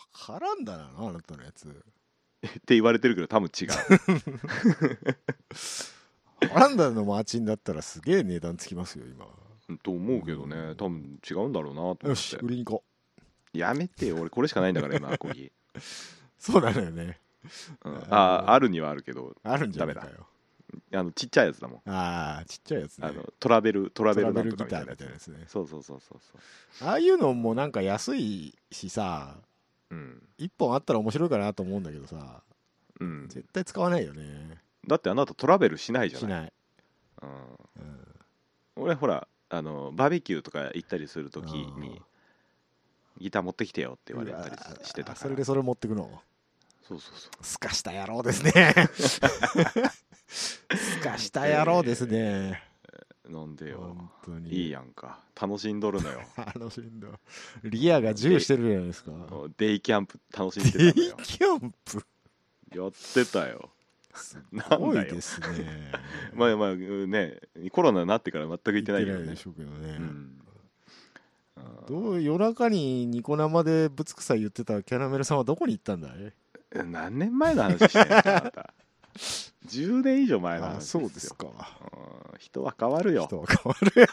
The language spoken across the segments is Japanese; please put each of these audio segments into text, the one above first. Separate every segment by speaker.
Speaker 1: 絡んだなあなたのやつ。
Speaker 2: って言われてるけど多分違う。
Speaker 1: 絡んだのマーチンだったらすげえ値段つきますよ今。
Speaker 2: と思うけどね、多分違うんだろうなと思って。
Speaker 1: よし売りに行こ
Speaker 2: やめてよ、俺これしかないんだから今コーヒ
Speaker 1: う。そうなのよね。
Speaker 2: ー、あるにはあるけど
Speaker 1: あるんじゃないかよ。
Speaker 2: ちっちゃいやつだもん。
Speaker 1: ちっちゃいやつね。
Speaker 2: トラベルなんとか
Speaker 1: ギタ
Speaker 2: みたいな
Speaker 1: ーみたいな
Speaker 2: やつ。
Speaker 1: やつね。
Speaker 2: そうそうそうそうそ
Speaker 1: ああいうのもなんか安いしさ、
Speaker 2: う。うん
Speaker 1: 一本あったら面白いかなと思うんだけどさ、
Speaker 2: うん。
Speaker 1: 絶対使わないよね。
Speaker 2: だってあなたトラベルしないじゃない。
Speaker 1: しない。
Speaker 2: うん、
Speaker 1: うん
Speaker 2: 俺ほらバーベキューとか行ったりするときにギター持ってきてよって言われたりしてたから。
Speaker 1: それでそれ持ってくの。
Speaker 2: そうそうそう。
Speaker 1: すかした野郎ですね。すかした野郎ですね。
Speaker 2: なんでよ。
Speaker 1: 本当に
Speaker 2: いいやんか。楽しんどるのよ。
Speaker 1: 楽しんだ。リアが銃してるじゃないですか。
Speaker 2: デイキャンプ楽しんでた
Speaker 1: デイ
Speaker 2: のよ。
Speaker 1: キャンプ
Speaker 2: やってたよ。
Speaker 1: す
Speaker 2: なん
Speaker 1: ごい
Speaker 2: だよ
Speaker 1: ですね。
Speaker 2: まあまあね、コロナになってから全く行ってないけどね
Speaker 1: 行ってないで。しょうけどね。
Speaker 2: うん
Speaker 1: 夜中にニコ生でぶつくさ言ってたキャラメルさんはどこに行ったんだい？
Speaker 2: 何年前の話してんのあなた。10年以上前の話ですよ。
Speaker 1: そうですか。
Speaker 2: 人は変わるよ。
Speaker 1: 人は変わるよ。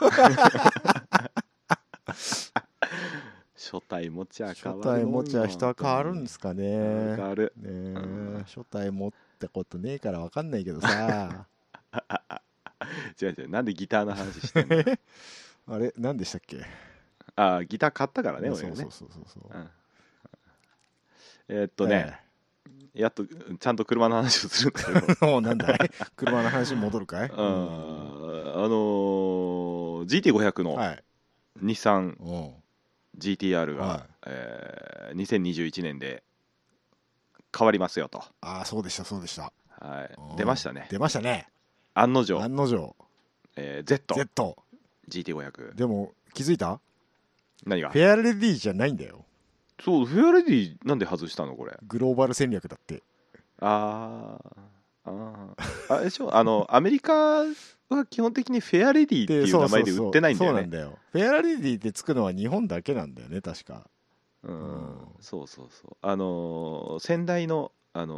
Speaker 2: 初代持ちゃ変わる。
Speaker 1: 初代持ちは人は変わるんですかね。
Speaker 2: 変わる。
Speaker 1: ね初代持ったことねえから分かんないけどさ。
Speaker 2: 違う違う、なんでギターの話してんの。
Speaker 1: あれ何でしたっけ？
Speaker 2: ギター買ったからね、俺
Speaker 1: そう
Speaker 2: ね。
Speaker 1: そうそうそう。
Speaker 2: やっとちゃんと車の話をするんだけど。
Speaker 1: もうなんだい？車の話に戻るかい
Speaker 2: ？GT500 の
Speaker 1: はい。
Speaker 2: 日産
Speaker 1: うん
Speaker 2: GTR が、
Speaker 1: は
Speaker 2: 2021年で変わりますよと。
Speaker 1: そうでしたそうでした。
Speaker 2: 出ましたね。
Speaker 1: 出ましたね。
Speaker 2: 案の定、
Speaker 1: 案の定。
Speaker 2: Z
Speaker 1: Z。
Speaker 2: GT500。
Speaker 1: でも気づいた？
Speaker 2: 何が？
Speaker 1: フェアレディじゃないんだよ。
Speaker 2: そう、フェアレディなんで外したのこれ。
Speaker 1: グローバル戦略だって。
Speaker 2: あれでしょ、アメリカは基本的にフェアレディっていう名前で売ってないんだよね。
Speaker 1: そうなんだよ。フェアレディってつくのは日本だけなんだよね確か。
Speaker 2: そうそうそう。先代の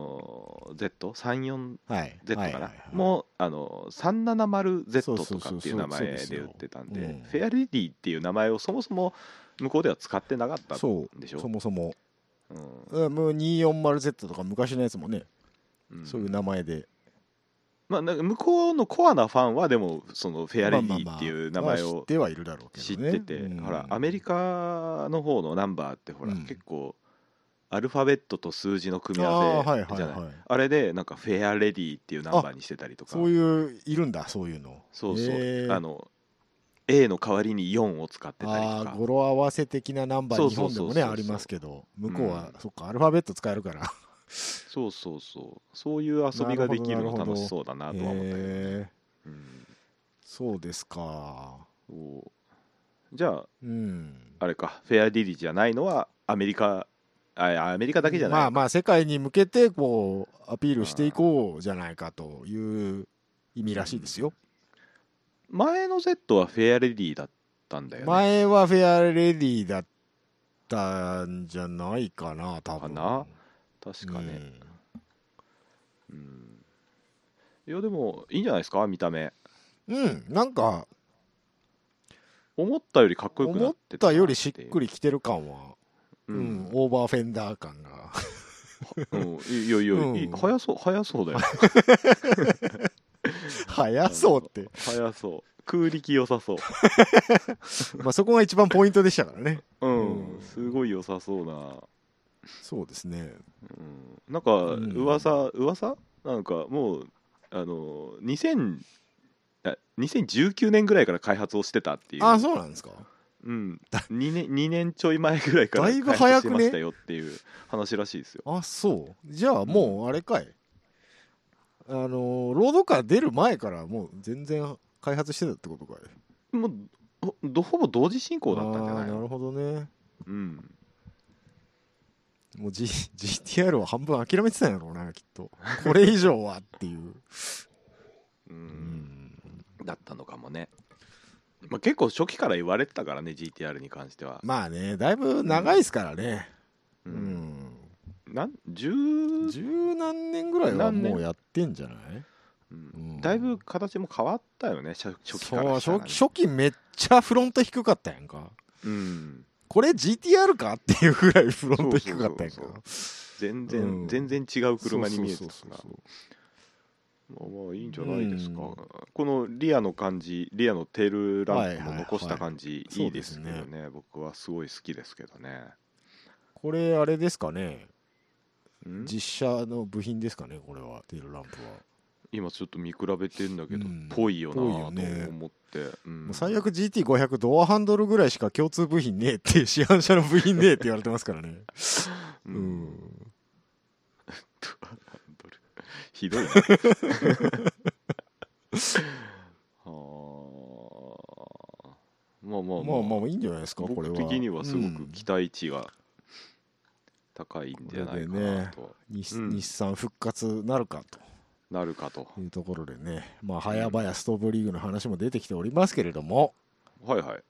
Speaker 2: Z34Z かな、もう370Z とかっていう名前で売ってたんで、フェアレディっていう名前をそもそも向こうでは使ってなかったんでしょ。
Speaker 1: そもそももう 240Z とか昔のやつもね、そういう名前で、
Speaker 2: なんか向こうのコアなファンはでもそのフェアレディっていう名前を
Speaker 1: 知ってはいるだろうけどね。
Speaker 2: 知ってて、ほらアメリカの方のナンバーってほら、結構アルファベットと数字の組み合わせじゃない。あれでなんかフェアレディっていうナンバーにしてたりとか。
Speaker 1: そういういるんだそういうの。
Speaker 2: そうそう。A の代わりに4を使ってたりとか。
Speaker 1: 語呂合わせ的なナンバー日本でもねありますけど、向こうはそっかアルファベット使えるから。
Speaker 2: そうそうそう、そういう遊びができるの楽しそうだなとは思ったけどね。
Speaker 1: そうですか。
Speaker 2: じゃあ、あれか、フェアディリじゃないのはアメリカだけじゃない。
Speaker 1: まあ世界に向けてこうアピールしていこうじゃないかという意味らしいですよ。
Speaker 2: 前の Z はフェアレディだったんだよね。
Speaker 1: 前はフェアレディだったんじゃないかな多分。
Speaker 2: 確かね。いやでもいいんじゃないですか見た目。
Speaker 1: なんか
Speaker 2: 思ったよりかっこよくなってた。
Speaker 1: 思ったよりしっくりきてる感は、オーバーフェンダー感が。
Speaker 2: いや、速そうだよ。
Speaker 1: 速そうって。
Speaker 2: 速そう。空力良さそう。
Speaker 1: まあそこが一番ポイントでしたからね。
Speaker 2: すごい良さそうな。
Speaker 1: そうですね。
Speaker 2: なんか噂なんかもう2019年ぐらいから開発をしてたっていう。
Speaker 1: そうなんですか。
Speaker 2: 2年ちょい前ぐらいから開発してましたよっていう話らしいですよ。
Speaker 1: そう。じゃあもうあれかい。ロードカー出る前からもう全然開発してたってことかい。
Speaker 2: もうほぼ同時進行だったんじゃないの。
Speaker 1: なるほどね。もう、GTR は半分諦めてたんやろうなきっと。これ以上はっていう。
Speaker 2: だったのかもね。結構初期から言われてたからね GTR に関しては。
Speaker 1: まあねだいぶ長いですからね。 十何年ぐらいはもうやってんじゃない？
Speaker 2: だいぶ形も変わったよね、初期からしたらね。
Speaker 1: 初期めっちゃフロント低かったやんか。これ GTR かっていうぐらいフロント低かったやんか。
Speaker 2: 全然違う車に見えてたから。まあいいんじゃないですか。このリアの感じ、リアのテールランプも残した感じいいですけどね。僕はすごい好きですけどね。
Speaker 1: これあれですかね、実車の部品ですかね、これはテールランプは。
Speaker 2: 今ちょっと見比べてんだけど、ぽいよなと思って、
Speaker 1: もう最悪 GT500 ドアハンドルぐらいしか共通部品ねえって市販車の部品ねえって言われてますからね。ドアハン
Speaker 2: ドルひどいな。
Speaker 1: まあいいんじゃないですか、これは。
Speaker 2: 僕的にはすごく期待値が高いんじゃないかなと。
Speaker 1: 日産復活なるかというところでね、まあ早々ストーブリーグの話も出てきておりますけれども、
Speaker 2: はいはい。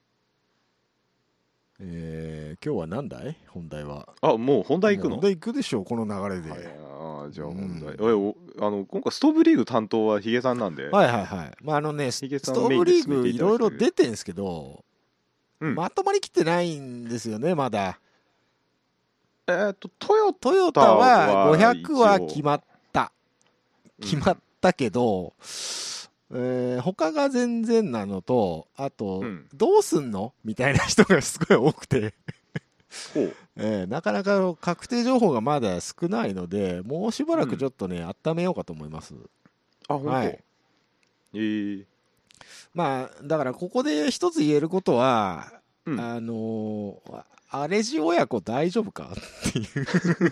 Speaker 1: 今日は何台本題は。
Speaker 2: もう本題行くの？
Speaker 1: 本題行くでしょう、この流れで。
Speaker 2: じゃあ本題、今回ストーブリーグ担当はヒゲさんなんで。
Speaker 1: まあストーブリーグいろいろ出てんすけど、まとまりきってないんですよね、まだ。トヨタは500は決まったけど、他が全然なのと、あと、どうすんのみたいな人がすごい多くてなかなか確定情報がまだ少ないので、もうしばらくちょっとね、温めようかと思います。
Speaker 2: 本当？
Speaker 1: まあだからここで一つ言えることは、アレジ親子大丈夫かっていう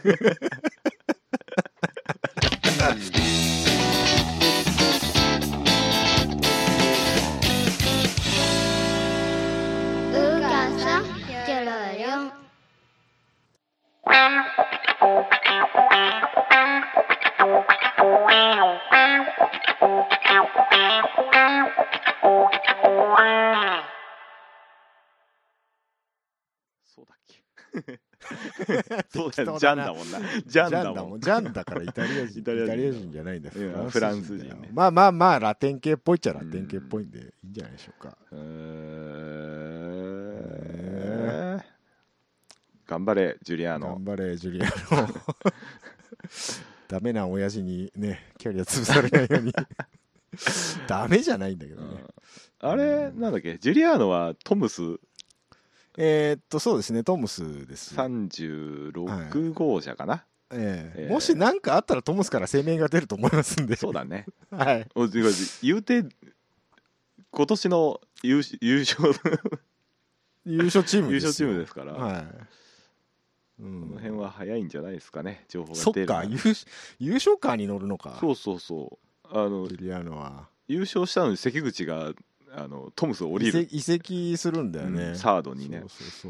Speaker 2: そうだっけ？そうだよ、ジャンだもんな。ジャ
Speaker 1: ンだからイタリア人じゃないんだ。
Speaker 2: フランス人ね。
Speaker 1: まあラテン系っぽいっちゃラテン系っぽいんでいいんじゃないでしょうか。
Speaker 2: 頑張れジュリアーノ。
Speaker 1: ダメな親父にね、キャリア潰されないように。ダメじゃないんだけどね。
Speaker 2: あれなんだっけ、ジュリアーノはトムス。
Speaker 1: そうですね、トムスです。
Speaker 2: 36号車かな。
Speaker 1: もし何かあったらトムスから声明が出ると思いますんで。
Speaker 2: そうだね。
Speaker 1: はい。
Speaker 2: 言うて今年の優勝チームですから。はい。この辺は早いんじゃないですかね、情報が出る。
Speaker 1: そっか、優勝カーに乗るのか。
Speaker 2: そう。
Speaker 1: ジュリアーノは
Speaker 2: 優勝したのに関口がトムスを降りる、
Speaker 1: 移籍するんだよね、
Speaker 2: サードにね。
Speaker 1: そう、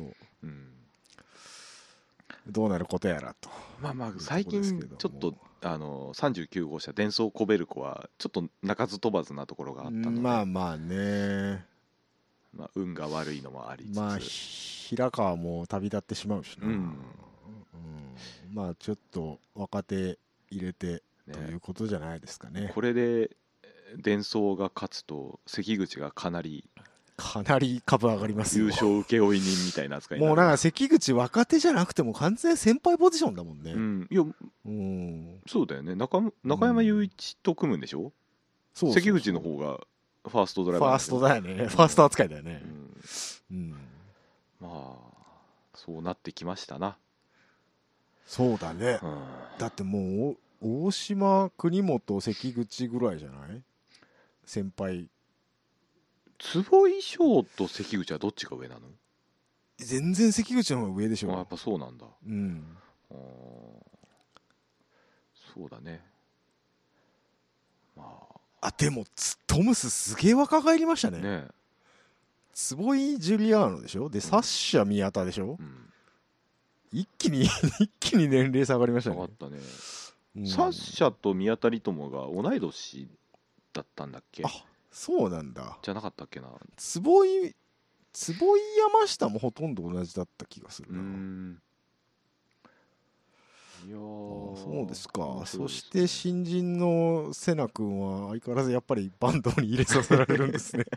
Speaker 1: どうなることやらと。
Speaker 2: まあ最近ちょっと39号車デンソーコベルコはちょっと鳴かず飛ばずなところがあったので、
Speaker 1: まあね、
Speaker 2: 運が悪いのもありつつ、
Speaker 1: 平川も旅立ってしまうしな、まあちょっと若手入れてということじゃないですかね。
Speaker 2: これでデンソーが勝つと関口がかなり
Speaker 1: 株上がりますよ。
Speaker 2: 優勝請負人みたいな扱いになる。
Speaker 1: もうなんか関口若手じゃなくても完全先輩ポジションだもんね。
Speaker 2: そうだよね。中山雄一と組むんでしょ。関口の方がファーストドライバー。
Speaker 1: ファーストだよね。ファースト扱いだよね。
Speaker 2: まあそうなってきましたな。
Speaker 1: そうだね。だってもう大島国本関口ぐらいじゃない？先輩。
Speaker 2: 坪井翔と関口はどっちが上なの？
Speaker 1: 全然関口の方が上でしょ。
Speaker 2: やっぱそうなんだ。そうだね。
Speaker 1: でもトムスすげえ若返りましたね。坪井ジュリアーノでしょ。でサッシャ宮田でしょ。一気に年齢下がりましたね。
Speaker 2: 下がったね。サッシャと宮田理友が同い年だったんだっけ？
Speaker 1: そうなんだ。
Speaker 2: じゃなかったっけな。
Speaker 1: 坪井山下もほとんど同じだった気がするな。
Speaker 2: いや
Speaker 1: そうですか。そして新人のセナ君は相変わらずやっぱりバンドに入れさせられるんですね。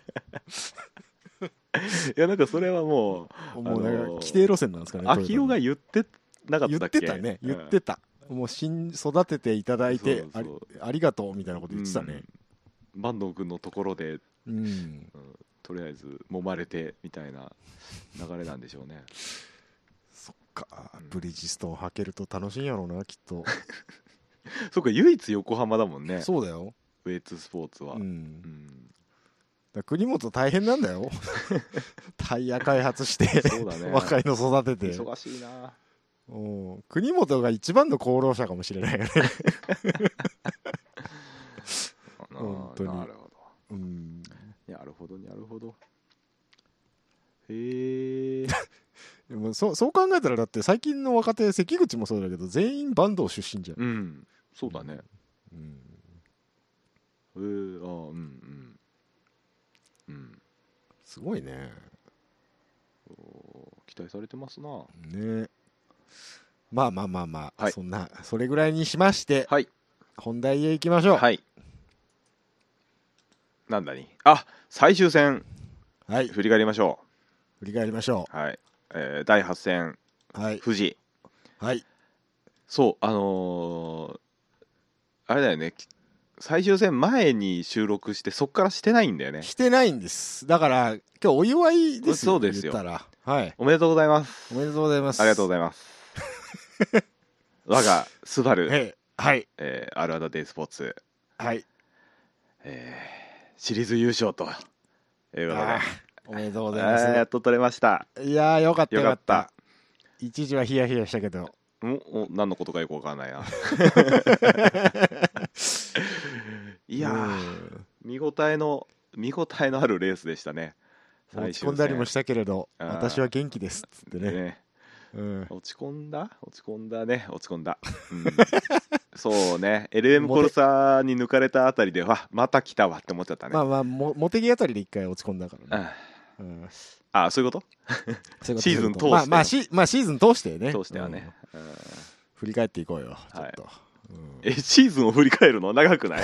Speaker 2: いやなんかそれはもう
Speaker 1: もうなんか規定路線なんですかね。
Speaker 2: 秋代が言ってなかったっけ？
Speaker 1: 言ってたね。言ってた。もう育てていただいてありがとうみたいなこと言ってたね。
Speaker 2: 坂東君のところで、とりあえず揉まれてみたいな流れなんでしょうね。
Speaker 1: そっか、ブリヂストン履けると楽しいんやろうな、きっと。
Speaker 2: そっか、唯一横浜だもんね。
Speaker 1: そうだよ、
Speaker 2: ウェイツスポーツは。
Speaker 1: 国本大変なんだよ。タイヤ開発して、そうだね、若いの育てて。
Speaker 2: 忙しいな。
Speaker 1: 国本が一番の功労者かもしれないよね。本当に。
Speaker 2: なるほど。なるほど、なるほど。へえ。
Speaker 1: でもそう考えたら、だって最近の若手、関口もそうだけど全員坂東出身じゃん。
Speaker 2: そうだね。
Speaker 1: すごいね。
Speaker 2: 期待されてますな。
Speaker 1: ね。まあ、それぐらいにしまして、本題へ行きましょう。
Speaker 2: はい。なんだに。最終戦。振り返りましょ
Speaker 1: う。
Speaker 2: はい。第8戦、富士。そう、あれだよね。最終戦前に収録して、そっからしてないんだよね。
Speaker 1: してないんです。だから、今日お祝いですよ。
Speaker 2: そうですよ。
Speaker 1: 言ったら。はい。
Speaker 2: おめでとうございます。
Speaker 1: おめでとうございます。
Speaker 2: ありがとうございます。我がスバル、
Speaker 1: はい。
Speaker 2: アルアダデイスポーツ。
Speaker 1: はい。
Speaker 2: シリーズ優勝と。いうことで。
Speaker 1: おめでとうございます。
Speaker 2: やっと取れました。
Speaker 1: いやー、よかったよかった。一時はヒヤヒヤしたけど。
Speaker 2: 何のことかよくわからないな。いやー、見応えのあるレースでしたね。
Speaker 1: 落ち込んだりもしたけれど、私は元気ですっつってね。
Speaker 2: 落ち込んだ。そうね、LM コルサに抜かれたあたりではまた来たわって思っちゃったね。
Speaker 1: モテギあたりで一回落ち込んだからね。
Speaker 2: そういうこと？シーズン通して。
Speaker 1: まあシーズン通してね。
Speaker 2: 通してはね。
Speaker 1: 振り返っていこうよ、ちょっと。
Speaker 2: シーズンを振り返るの長くない？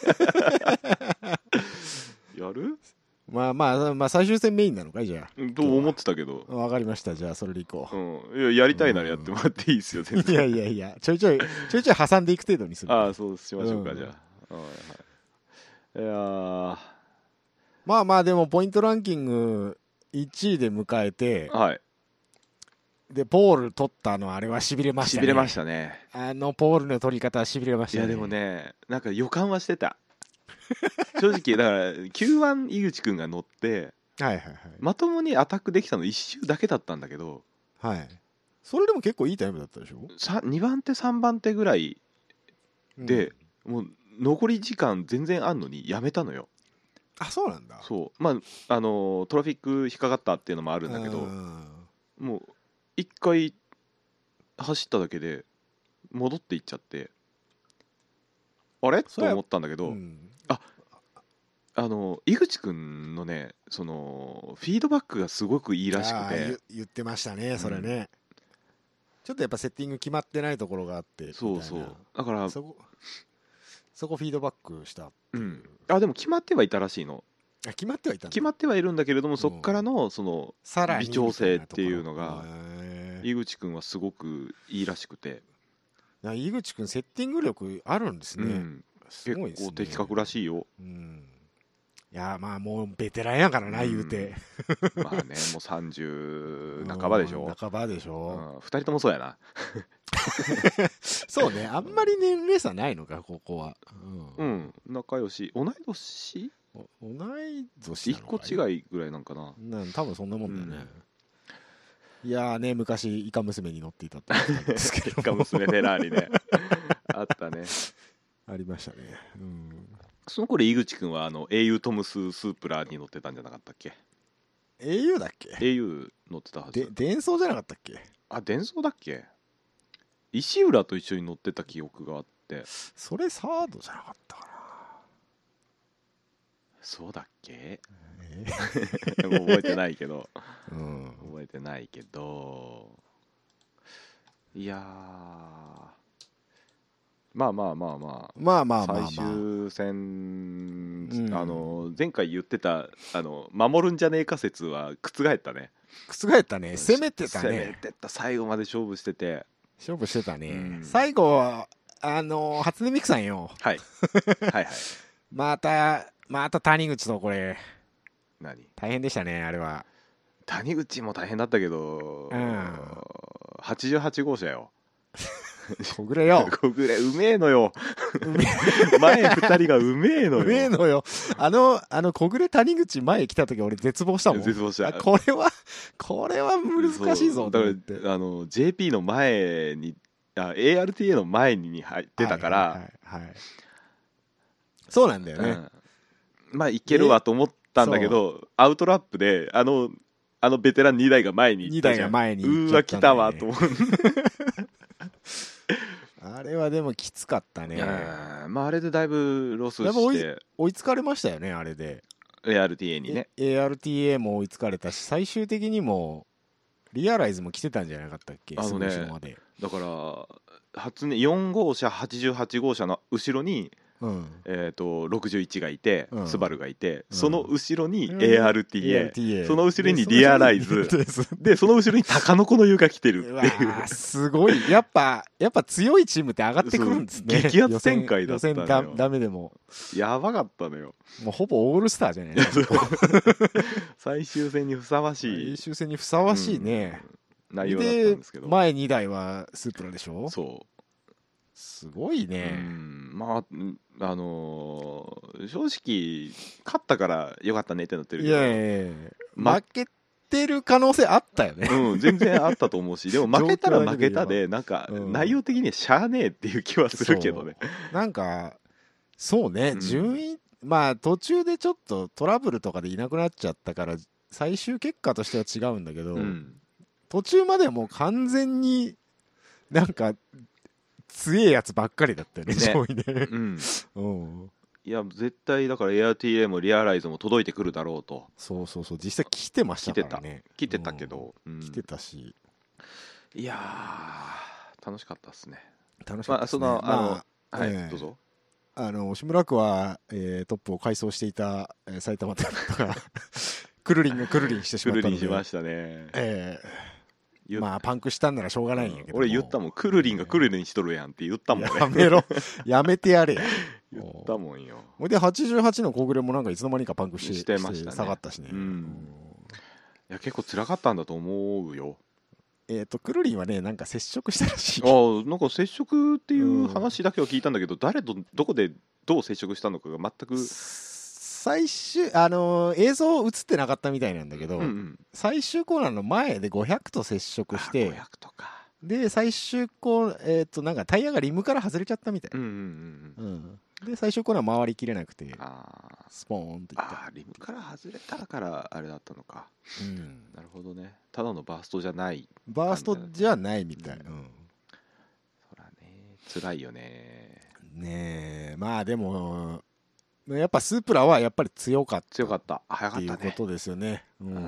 Speaker 2: やる？
Speaker 1: まあ最終戦メインなのかい、じゃあ。
Speaker 2: と思ってたけど。
Speaker 1: わかりました。じゃあそれでいこ
Speaker 2: う。やりたいならやってもらっていいですよ、全
Speaker 1: 然。いやちょいちょい挟んでいく程度にする。
Speaker 2: そうしましょうか、じゃあ。いや
Speaker 1: まあでもポイントランキング1位で迎えて、でポール取ったのあれはしびれましたね。
Speaker 2: しびれましたね。
Speaker 1: ポールの取り方はしびれましたね。
Speaker 2: いやでもね、なんか予感はしてた。正直だから Q1 井口くんが乗って、まともにアタックできたの1周だけだったんだけど、
Speaker 1: それでも結構いいタイムだったでしょ。
Speaker 2: 2番手3番手ぐらいで、もう残り時間全然あんのにやめたのよ。
Speaker 1: そうなんだ。
Speaker 2: そう、まあトラフィック引っかかったっていうのもあるんだけど、もう1回走っただけで戻っていっちゃって、あれと思ったんだけど、井口くんのね、そのフィードバックがすごくいいらしくて。
Speaker 1: 言ってましたね、それね。ちょっとやっぱセッティング決まってないところがあって、
Speaker 2: そうだから
Speaker 1: そこフィードバックした
Speaker 2: でも決まってはいたらしいの。
Speaker 1: 決まって
Speaker 2: はいるんだけれども、そこからのその微調整っていうのが井口くんはすごくいいらしくて。
Speaker 1: 井口くんセッティング力あるんですね。
Speaker 2: 結構的確らしいよ。
Speaker 1: いやまあもうベテランやからな、言うて。
Speaker 2: まあね、もう30半ばでしょ。2人ともそうやな。
Speaker 1: そうね、あんまり年齢差ないのか、ここは。
Speaker 2: 仲良し。同い年1個違いぐらいなんかな。
Speaker 1: 多分そんなもんだよね。いやね、昔イカ娘に乗っていたって言ったんですけど。
Speaker 2: イカ娘フェラーリね。あったね。
Speaker 1: ありましたね。
Speaker 2: その頃井口くんは英雄トムススープラに乗ってたんじゃなかったっけ？
Speaker 1: 英雄だっけ？
Speaker 2: 英雄乗ってたはず。
Speaker 1: 伝送じゃなかったっけ？
Speaker 2: 伝送だっけ？石浦と一緒に乗ってた記憶があって。
Speaker 1: それサードじゃなかったかな。
Speaker 2: そうだっけ？覚えてないけど。いやまあ
Speaker 1: 最
Speaker 2: 終戦、前回言ってた守るんじゃねえか説は覆ったね。
Speaker 1: 攻めてたね。
Speaker 2: 最後まで勝負してて。
Speaker 1: 最後は初音ミクさんよ。
Speaker 2: はいはい
Speaker 1: また谷口とこれ大変でしたね、あれは。
Speaker 2: 谷口も大変だったけど、88号車よ。
Speaker 1: 小暮よ。
Speaker 2: 小暮うめえのよ。前2人がうめえのよ。
Speaker 1: 小暮谷口前来た時俺絶望したもん。
Speaker 2: 絶望した。
Speaker 1: これは難しいぞ。
Speaker 2: だからJP の前にARTA の前に入ってたから、
Speaker 1: そうなんだよね。
Speaker 2: まあいけるわと思ったんだけど、アウトラップでベテラン2台が前に行ったじゃん。うわ来たわと思う。
Speaker 1: あれはでもきつかったね。
Speaker 2: まああれでだいぶロスして
Speaker 1: 追いつかれましたよね、あれで。
Speaker 2: ARTA にね。
Speaker 1: ARTA も追いつかれたし、最終的にもリアライズも来てたんじゃなかったっけ。
Speaker 2: だから4号車88号車の後ろに61がいて、スバルがいて、その後ろに ARTA、その後ろにリアライズで、その後ろに鷹の子の湯が来てるっていう。
Speaker 1: すごい。やっぱ強いチームって上がってくるんですね。
Speaker 2: 激アツ展開だったのよ。
Speaker 1: 予選ダメでも
Speaker 2: やばかったのよ。
Speaker 1: もうほぼオールスターじゃない。
Speaker 2: 最終戦にふさわしい
Speaker 1: ね、
Speaker 2: 内容だったんですけど、
Speaker 1: 前2台はスープラでしょ。
Speaker 2: そう
Speaker 1: すごいね。
Speaker 2: まあ正直勝ったからよかったねってなってるけど、
Speaker 1: 負けてる可能性あったよね。
Speaker 2: 全然あったと思うし、でも負けたら負けたでなんか内容的にはしゃあねえっていう気はするけどね。
Speaker 1: なんかそうね、順位まあ途中でちょっとトラブルとかでいなくなっちゃったから最終結果としては違うんだけど、途中までもう完全になんか強えやつばっかりだったよね、上位で。い
Speaker 2: や絶対だから ARTA もリアライズも届いてくるだろうと。
Speaker 1: そう実際来てましたからね。
Speaker 2: 来てたけど、
Speaker 1: 来てたし、
Speaker 2: いや楽しかったっすね。
Speaker 1: 楽しかったですね。
Speaker 2: どうぞ。
Speaker 1: 押村区は、トップを改装していた、埼玉店がくるりんしてしまったので。くるりん
Speaker 2: しましたね。
Speaker 1: まあパンクしたんならしょうがないんやけど、
Speaker 2: 俺言ったもん、クルリンがクルリンしとるやんって言ったもんね。
Speaker 1: やめろ、やめてやれや。
Speaker 2: 言ったもんよ。
Speaker 1: ほいで88の小暮もなんかいつの間にかパンクして
Speaker 2: ましたね。
Speaker 1: 下がったしね。
Speaker 2: いや結構辛かったんだと思うよ。
Speaker 1: クルリンはねなんか接触したらしい。
Speaker 2: なんか接触っていう話だけは聞いたんだけど、誰とどこでどう接触したのかが全く。
Speaker 1: 最終映像映ってなかったみたいなんだけど、最終コーナーの前で500と接触して、
Speaker 2: 500とか
Speaker 1: で最終コーなんかタイヤがリムから外れちゃったみたい。で最終コーナー回りきれなくてスポーンっていった。
Speaker 2: リムから外れたからあれだったのか。なるほどね。ただのバーストじゃない、
Speaker 1: バーストじゃないみたい。
Speaker 2: そらね辛いよね。
Speaker 1: ねえ、まあでもやっぱスープラはやっぱり強かった
Speaker 2: 早かったね
Speaker 1: っていうことですよね。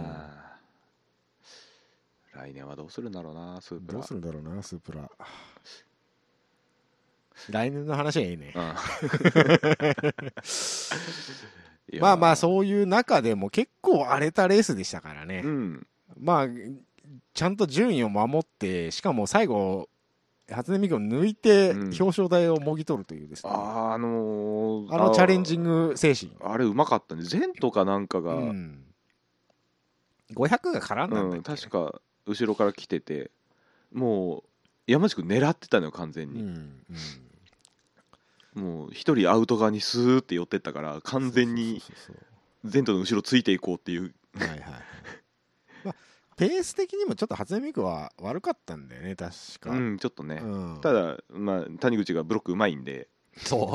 Speaker 2: 来年はどうするんだろうな、スープラ。
Speaker 1: どうするんだろうな、スープラ。来年の話はいいね。まあまあそういう中でも結構荒れたレースでしたからね。まあちゃんと順位を守って、しかも最後初音ミクを抜いて表彰台をもぎ取るというですね、チャレンジング精神、
Speaker 2: あれうまかったね。前とかなんかが、
Speaker 1: 500が絡んだんだっけ、
Speaker 2: 確か後ろから来てて、もう山内くん狙ってたのよ完全に。もう一人アウト側にスーって寄ってったから、完全に前との後ろついていこうっていう。
Speaker 1: ペース的にもちょっと初音ミクは悪かったんだよね、確か。
Speaker 2: ちょっとね。ただ、まあ、谷口がブロックうまいんで。
Speaker 1: そう。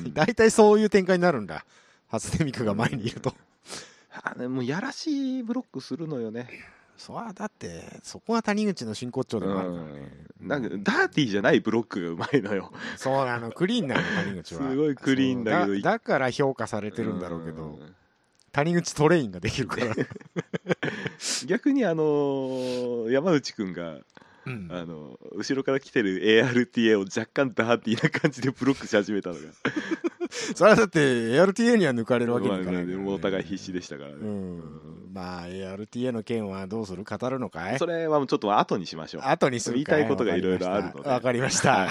Speaker 1: 大体そういう展開になるんだ。初音ミクが前にいると。
Speaker 2: もうやらしいブロックするのよね。
Speaker 1: だってそこが谷口の真骨頂でもあるからね。
Speaker 2: なんかダーティーじゃないブロックがうまいのよ。
Speaker 1: そうなの、クリーンなの谷口は。
Speaker 2: すごいクリーンだけど、
Speaker 1: だから評価されてるんだろうけど、谷口トレインができるから。
Speaker 2: 逆に山内くんが後ろから来てる ARTA を若干ダーティーな感じでブロックし始めたのが
Speaker 1: それはだって ARTA には抜かれるわけにいかないから、ね、
Speaker 2: お互い必死でしたからね、
Speaker 1: まあ ARTA の件はどうする、語るのかい。
Speaker 2: それはちょっと後にしましょう。
Speaker 1: 後にするかい。
Speaker 2: 言いたいことがいろいろあるので。
Speaker 1: わかりました、はい、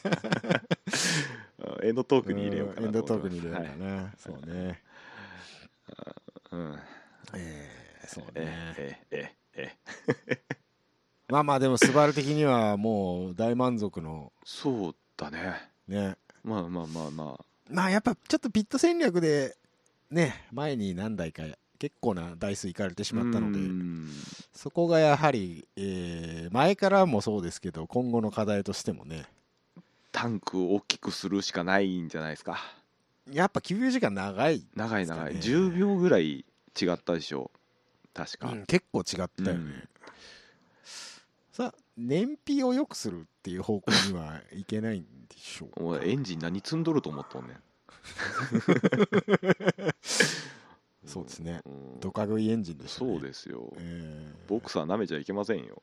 Speaker 2: エンドトークに入れようかなと思います。
Speaker 1: エンドトークに入れようかな、はい、そうね、そうねまあまあでもスバル的にはもう大満足の。
Speaker 2: そうだね。
Speaker 1: ね。
Speaker 2: まあまあまあまあ。
Speaker 1: まあやっぱちょっとピット戦略でね、前に何台か結構な台数いかれてしまったので、そこがやはり、前からもそうですけど今後の課題としてもね。
Speaker 2: タンクを大きくするしかないんじゃないですか。
Speaker 1: やっぱ給油時間長い、ね、
Speaker 2: 長い10秒ぐらい違ったでしょ確か、
Speaker 1: 結構違ったよね、さあ燃費を良くするっていう方向にはいけないんでしょうか。
Speaker 2: お前エンジン何積んどると思っとんねん
Speaker 1: そうですね、ドカ食いエンジンでしたね。
Speaker 2: そうですよ、ボクサー舐めちゃいけませんよ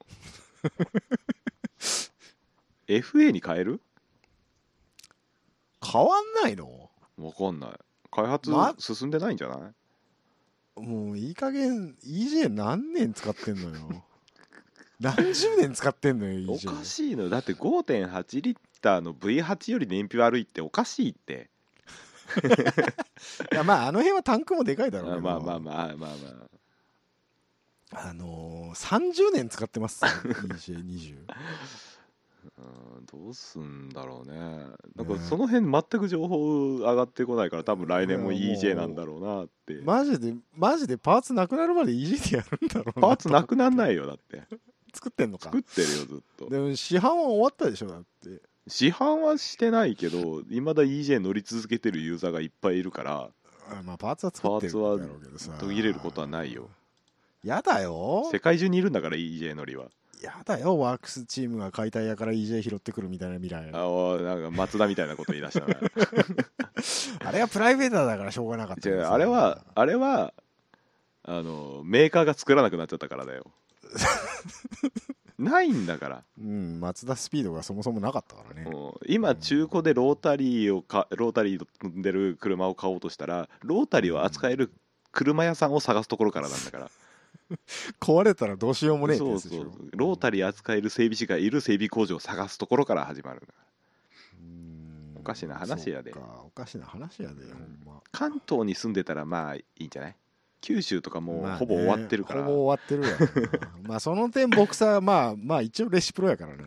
Speaker 2: FA に変える？
Speaker 1: 変わんないの？
Speaker 2: 分かんない。開発進んでないんじゃない？
Speaker 1: もういい加減 EJ 何年使ってんのよ何十年使ってんのよ EJ。
Speaker 2: おかしいのだって 5.8 リッターの V8 より燃費悪いっておかしいって
Speaker 1: いやまああの辺はタンクもでかいだろうけど、
Speaker 2: まあ
Speaker 1: 30年使ってます EJ20
Speaker 2: どうすんだろうね。なんかその辺全く情報上がってこないから多分来年も EJ なんだろうなって。
Speaker 1: マジでパーツなくなるまで EJ でやるんだろうな。
Speaker 2: パーツなくなんないよだって
Speaker 1: 作ってんのか。
Speaker 2: 作ってるよずっと。
Speaker 1: でも市販は終わったでしょだって。
Speaker 2: 市販はしてないけどいまだ EJ 乗り続けてるユーザーがいっぱいいるから、
Speaker 1: まあパーツは作ってるんだろうけどさ、
Speaker 2: 途切れることはないよ。
Speaker 1: やだよ、
Speaker 2: 世界中にいるんだから EJ 乗りは。
Speaker 1: やだよ、ワークスチームが解体屋から EJ 拾ってくるみたいな未来。
Speaker 2: なんか松田みたいなこと言い出したな
Speaker 1: あれはプライベートだからしょうがなかった。
Speaker 2: あれはメーカーが作らなくなっちゃったからだよないんだから、
Speaker 1: マツダスピードがそもそもなかったからね。
Speaker 2: 今中古でロータリー飛んでる車を買おうとしたらロータリーを扱える車屋さんを探すところからなんだから
Speaker 1: 壊れたらどうしようもねえってやつでしょ。
Speaker 2: そうロータリー扱える整備士がいる整備工場を探すところから始まるんだから。おかしな話やで。
Speaker 1: おかしな話やで、ほんま。
Speaker 2: 関東に住んでたらまあいいんじゃない？九州とかもうほぼ終わってるから、
Speaker 1: ほぼ終わってるわまあその点ボクサーまあ一応レシプロやからね。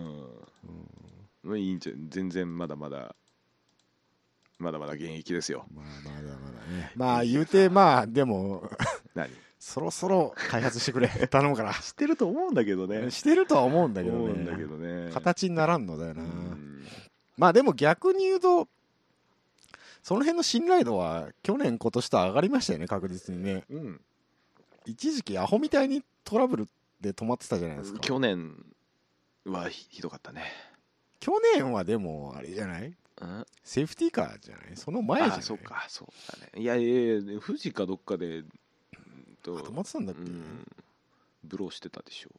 Speaker 2: いいんじゃ全然まだまだ現役ですよ。
Speaker 1: まだね。まあ言うてまあでも
Speaker 2: 何
Speaker 1: そろそろ開発してくれ頼むから。
Speaker 2: 知ってると思うんだけどね。
Speaker 1: してるとは思うんだけどね。形にならんのだよな。まあでも逆に言うとその辺の信頼度は去年今年と上がりましたよね、確実にね。一時期アホみたいにトラブルで止まってたじゃないですか。
Speaker 2: 去年はひどかったね。
Speaker 1: 去年はでもあれじゃない、セーフティーカーじゃない、その前じゃない。
Speaker 2: そうだね。いや富士かどっかで
Speaker 1: 止まってたんだっけ、
Speaker 2: ブローしてたでしょ。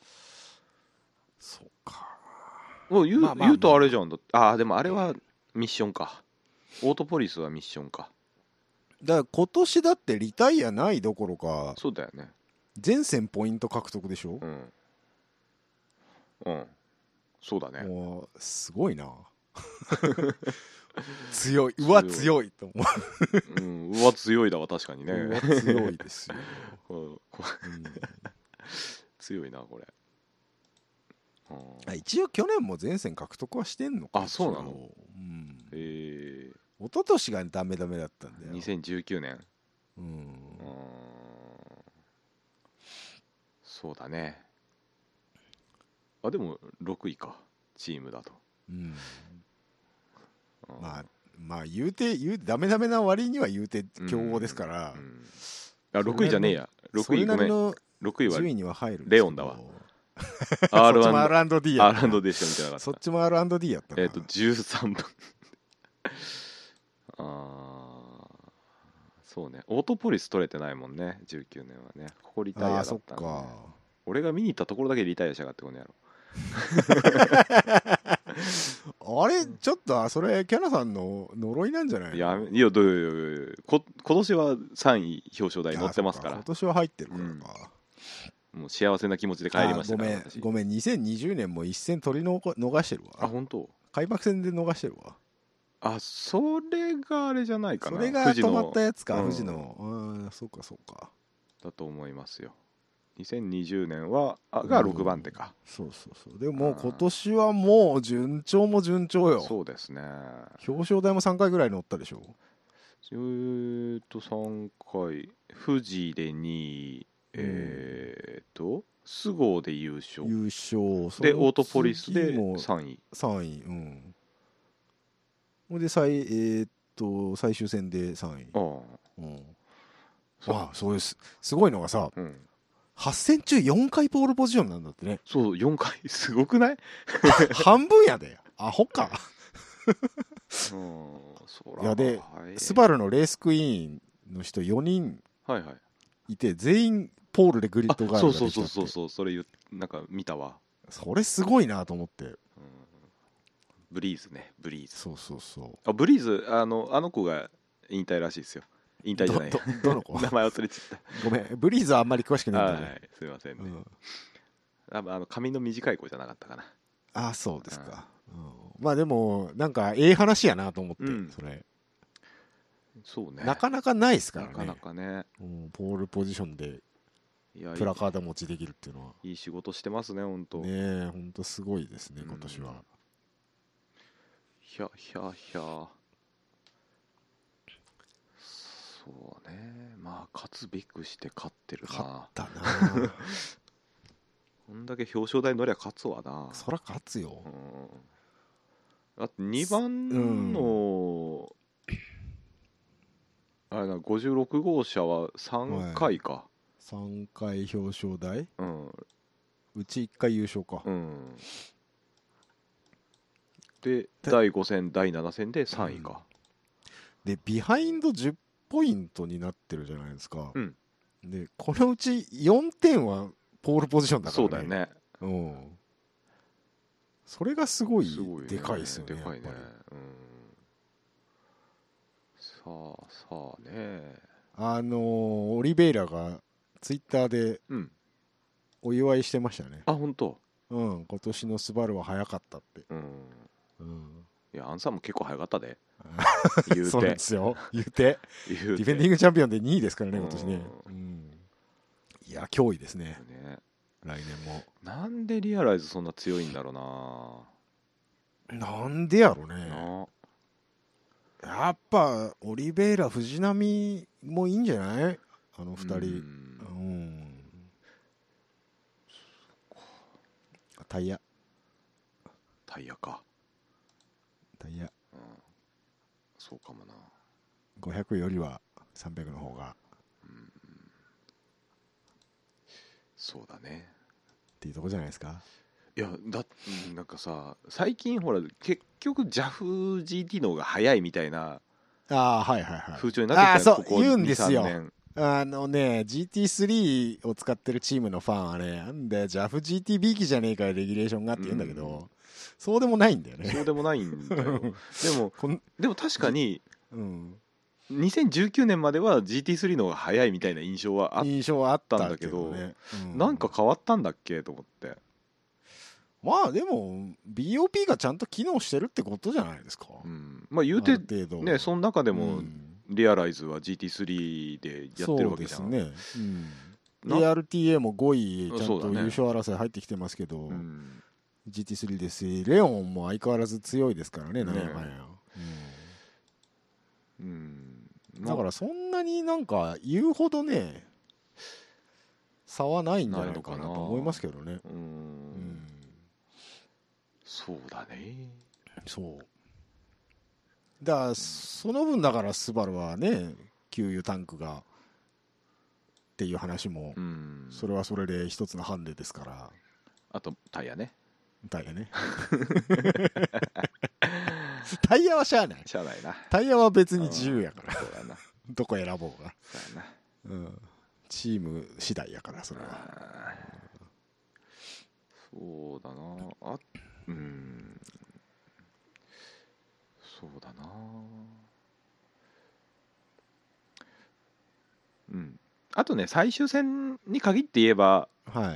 Speaker 1: そうか。
Speaker 2: 言うとあれじゃんだって。でもあれはミッションか。オートポリスはミッションか。
Speaker 1: だから今年だってリタイアないどころか、
Speaker 2: そうだよね。
Speaker 1: 全戦ポイント獲得でしょ。
Speaker 2: そうだね。
Speaker 1: もうすごいな強い、うわ強いと思
Speaker 2: う。うわ強いだわ確かにね。
Speaker 1: うわ強いですよ
Speaker 2: 強いなこれ。
Speaker 1: 一応去年も全戦獲得はしてんのか。
Speaker 2: そうなの。
Speaker 1: 一昨年がダメだったんだよ。
Speaker 2: 2019年。そうだね。でも6位かチームだと。
Speaker 1: まあ言うてダメな割には言うて強豪ですから。
Speaker 2: 6位じゃねえや。6位ごめん。6位は
Speaker 1: 順位には入る。
Speaker 2: レオンだわ。
Speaker 1: そっちも R&D やった。
Speaker 2: R&D しか見てなかった。
Speaker 1: そっちも R&D やったな。
Speaker 2: 13分そうね。オートポリス取れてないもんね19年はね。ここリタイアだったんだね。俺が見に行ったところだけリタイアしやがってこの野郎
Speaker 1: あれちょっとそれキャナさんの呪いなんじゃないの？
Speaker 2: いやどう今年は3位表彰台乗ってますから。
Speaker 1: 今年は入ってるからか、
Speaker 2: もう幸せな気持ちで帰りましたから。
Speaker 1: ごめん2020年も一戦取り逃してるわ。
Speaker 2: あ、本当？
Speaker 1: 開幕戦で逃してるわ。
Speaker 2: あ、それがあれじゃないかな。
Speaker 1: それが止まったやつか、富士の。そうかそうか。
Speaker 2: だと思いますよ。2020年はが6番手か。
Speaker 1: そうそうそう。でも今年はもう順調も順調よ。
Speaker 2: そうですね。
Speaker 1: 表彰台も3回ぐらい乗ったでしょ。
Speaker 2: 3回富士で2位、菅生で優勝でオートポリスで3位
Speaker 1: ほんで最終戦で3位。そうです。すごいのがさ、8戦中4回ポールポジションなんだってね。
Speaker 2: そう、4回すごくない？
Speaker 1: 半分やで。アホか。いやで、スバルのレースクイーンの人4人いて、全員ポールでグリッドガールができたって。
Speaker 2: そう、それなんか見たわ。
Speaker 1: それすごいなと思って。
Speaker 2: ブリーズね、ブリーズ。
Speaker 1: そう
Speaker 2: ブリーズ、あの子が引退らしいですよ。引退じゃない。
Speaker 1: どの子？
Speaker 2: 名前忘れちゃった。
Speaker 1: ごめん、ブリーズはあんまり詳しくないんだね。
Speaker 2: すいませんね。髪の短い子じゃなかったかな。
Speaker 1: あ、そうですか。まあでもなんか話やなと思って、それ。
Speaker 2: そうね。
Speaker 1: なかなかないですからね。
Speaker 2: なかなかね。
Speaker 1: ポールポジションでプラカード持ちできるっていうのは。
Speaker 2: いい仕事してますね、本当。
Speaker 1: ね、本当すごいですね、今年は。
Speaker 2: ひゃ。そうね。まあ勝つべくして勝ってるな。
Speaker 1: 勝ったな。
Speaker 2: こんだけ表彰台乗りゃ勝つわな。
Speaker 1: そら勝つよ。
Speaker 2: あと2番の、あれな、56号車は3回か。
Speaker 1: 3回表彰台、うち1回優勝か。で
Speaker 2: 第5戦第7戦で3位か。
Speaker 1: でビハインド10ポイントになってるじゃないですか。でこのうち4点はポールポジションだからね。
Speaker 2: そうだよね。
Speaker 1: それがすごいでかいですよね。
Speaker 2: でかいね。さあね。
Speaker 1: オリベイラがツイッターでお祝いしてましたね。
Speaker 2: あ、本当。
Speaker 1: 今年のスバルは早かったって。
Speaker 2: いや、アンさんも結構早かったで。言うて。
Speaker 1: そうですよ。言うて。ディフェンディングチャンピオンで2位ですからね、今年ね。いや、脅威ですね。来年も。
Speaker 2: なんでリアライズそんな強いんだろ
Speaker 1: うな。なんでやろね。やっぱオリベイラ藤波もいいんじゃない？あの2人。タイヤ
Speaker 2: か。
Speaker 1: タイヤ。
Speaker 2: そうかもな。
Speaker 1: 500よりは300の方が。
Speaker 2: そうだね。
Speaker 1: っていうとこじゃないですか。
Speaker 2: いや、なんかさ、最近ほら結局 JAF-GT の方が早いみたいな風潮になってきた。
Speaker 1: そう言うんですよ。GT3 を使ってるチームのファンはね、なんだよ JAF-GT 機じゃねえかよレギュレーションがって言うんだけど、そうでもないんだよね。
Speaker 2: そうでもないんだよ。でも確かに、2019年までは GT3 の方が早いみたいな印象はあったんだけど、なんか変わったんだっけと思って。
Speaker 1: まあでも BOP がちゃんと機能してるってことじゃないですか。
Speaker 2: まあ言うてね、その中でもリアライズは GT3 でやってるわけじゃん。そうですね。
Speaker 1: DRTA も5位ちゃんと優勝争い入ってきてますけど、GT3 ですし、レオンも相変わらず強いですからね、なんやかんや。だからそんなになんか言うほどね差はないんじゃないかなと思いますけどね。
Speaker 2: そうだね。
Speaker 1: そうだからその分だからスバルはね給油タンクがっていう話もそれはそれで一つのハンデですから。
Speaker 2: あとタイヤね。
Speaker 1: タイヤはしゃあない。
Speaker 2: な。
Speaker 1: タイヤは別に自由やから。どこ選ぼうが。チーム次第やからそれは。
Speaker 2: そうだなそうだなあとね、最終戦に限って言えば、
Speaker 1: はい。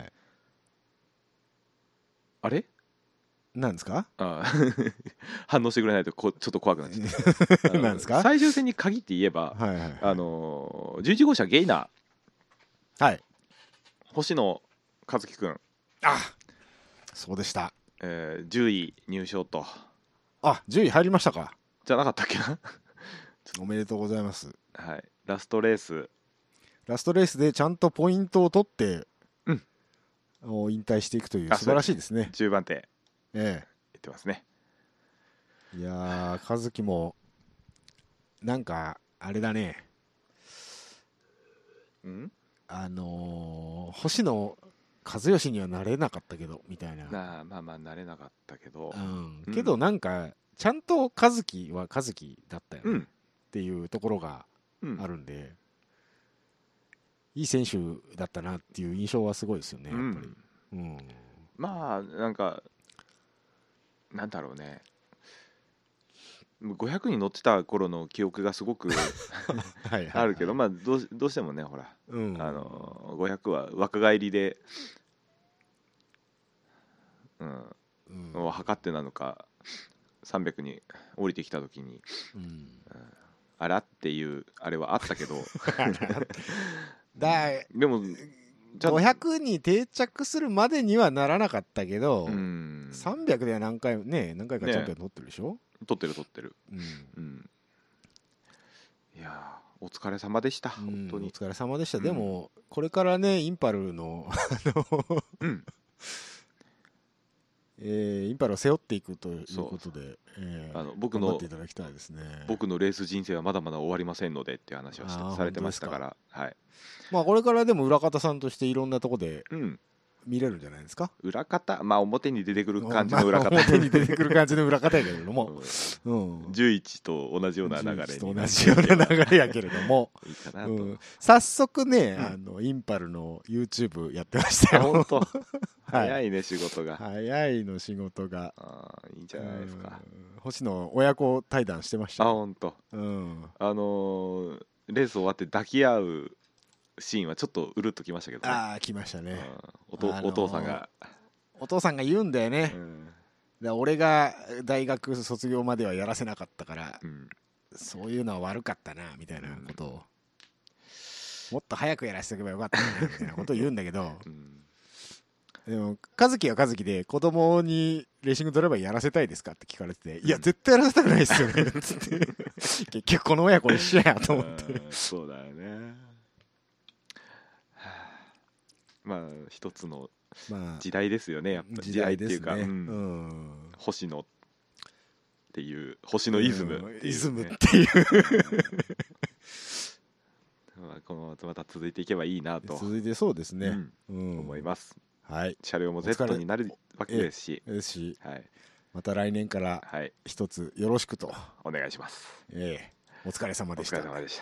Speaker 2: あれ
Speaker 1: なんですか？
Speaker 2: 反応してくれないとちょっと怖くなっちゃった。
Speaker 1: なんですか？
Speaker 2: 最終戦に限って言えば、
Speaker 1: はいはいはい、
Speaker 2: 11号車ゲイナ
Speaker 1: ー、はい、
Speaker 2: 星野一樹くん、
Speaker 1: そうでした、
Speaker 2: 10位入賞と。
Speaker 1: 10位入りましたか？
Speaker 2: じゃなかったっけな
Speaker 1: おめでとうございます。
Speaker 2: はい、ラストレース
Speaker 1: でちゃんとポイントを取って、引退していくという素晴らしいですね。
Speaker 2: 10番手、
Speaker 1: 言
Speaker 2: ってますね。
Speaker 1: いやー、和樹もなんかあれだね、星野和義にはなれなかったけどみたいな。
Speaker 2: まあなれなかったけど、
Speaker 1: けどなんかちゃんと和樹は和樹だったよね、っていうところがあるんで、いい選手だったなっていう印象はすごいですよね、やっぱり。
Speaker 2: まあなんかなんだろうね、500に乗ってた頃の記憶がすごくあるけど、まあどうしてもね、ほら、500は若返りで、を測ってなのか、300に降りてきた時に、あらっていうあれはあったけどでも
Speaker 1: 500に定着するまでにはならなかったけど、300では何回かチャンピオン取ってるでしょ。
Speaker 2: 取ってる、いやお疲れ様でした、本当に
Speaker 1: お疲れ様でした。でもこれからね、インパルのインパルを背負っていくということで、
Speaker 2: 僕のレース人生はまだまだ終わりませんのでっていう話をされてましたから、はい、
Speaker 1: まあこれからでも裏方さんとしていろんなところで見れるんじゃないですか。
Speaker 2: 裏方、まあ表に出てくる感じの裏方、
Speaker 1: 表に出てくる感じの裏方やけれども、
Speaker 2: 11と同じような流れに
Speaker 1: 同じような流れやけれどもいいかなと。早速ね、インパルの YouTube やってましたよ。
Speaker 2: 本当早いね、仕事が。
Speaker 1: 早いの、仕事が。
Speaker 2: いいんじゃないですか。
Speaker 1: 星野親子対談してました。
Speaker 2: 本当。レース終わって抱き合うシーンはちょっとうるっときましたけどね。
Speaker 1: 来ましたね。
Speaker 2: お父さんが。
Speaker 1: お父さんが言うんだよね。俺が大学卒業まではやらせなかったから、そういうのは悪かったなみたいなことを、もっと早くやらせておけばよかったなみたいなことを言うんだけど、でも和樹は和樹で、子供にレーシングドライバーやらせたいですかって聞かれてて、いや絶対やらせたくないですよねつって結局この親子一緒やと思って
Speaker 2: そうだよね。まあ一つの時代ですよね、やっぱ時代っていうか、星野っていう星野イズムっていうこのまた続いていけばいいなと、
Speaker 1: 続いてそうですね、
Speaker 2: 思います。
Speaker 1: はい、
Speaker 2: 車両も Z になるわけですし、
Speaker 1: また来年から一つよろしくと
Speaker 2: お願いします。
Speaker 1: お疲れ様でした。
Speaker 2: お疲れ様でした。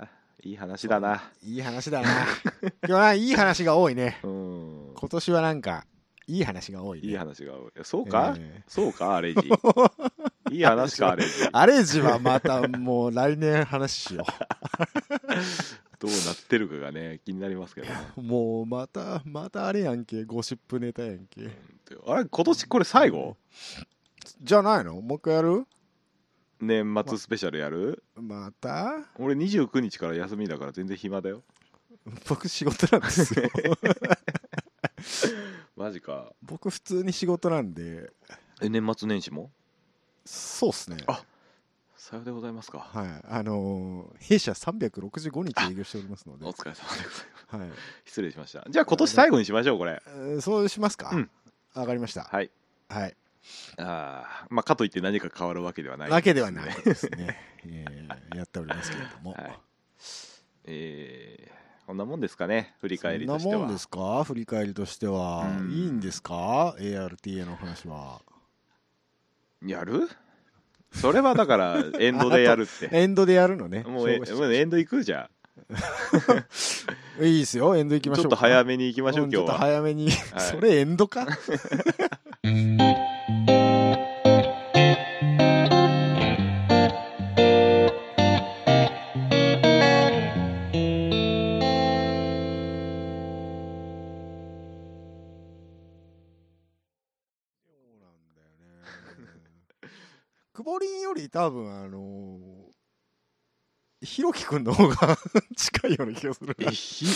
Speaker 2: いい話だな。
Speaker 1: いい話だな。今日はいい話が多いね。今年はなんかいい話が多いね。
Speaker 2: いい話が多い。そうか？そうか、アレジ。いい話か、アレジ。
Speaker 1: アレジはまたもう来年話しよう。
Speaker 2: どうなってるかがね、気になりますけどね。
Speaker 1: もうまたあれやんけ、ゴシップネタやんけ。
Speaker 2: あれ、今年これ最後
Speaker 1: じゃないの？もう一回やる？
Speaker 2: 年末スペシャルやる？
Speaker 1: また？
Speaker 2: 俺29日から休みだから全然暇だよ。
Speaker 1: 僕仕事なんですよ。
Speaker 2: マジか。
Speaker 1: 僕普通に仕事なんで。
Speaker 2: 年末年始も？
Speaker 1: そうっすね。
Speaker 2: さようでございますか。
Speaker 1: はい。弊社365日営業しておりますので。
Speaker 2: お疲れ様でございます。
Speaker 1: はい。
Speaker 2: 失礼しました。じゃあ今年最後にしましょう、これ。
Speaker 1: そうしますか。わかりました。
Speaker 2: はい。
Speaker 1: はい。
Speaker 2: まあかといって何か変わるわけではない。
Speaker 1: わけではないですね。やっておりますけれども。
Speaker 2: こんなもんですかね、振り返りとしては。
Speaker 1: そんなもんですか、振り返りとしては。いいんですか、 ARTA の話は。
Speaker 2: やる？それはだからエンドでやるって。
Speaker 1: エンドでやるのね。
Speaker 2: もうエンド行くじゃん。
Speaker 1: いいですよ、エンド行きましょうか。
Speaker 2: ちょっと早めに行きましょう、今日は。
Speaker 1: ちょっと早めに、はい、それエンドかくぼりんより多分ひろきくんの方が近いような気がするな。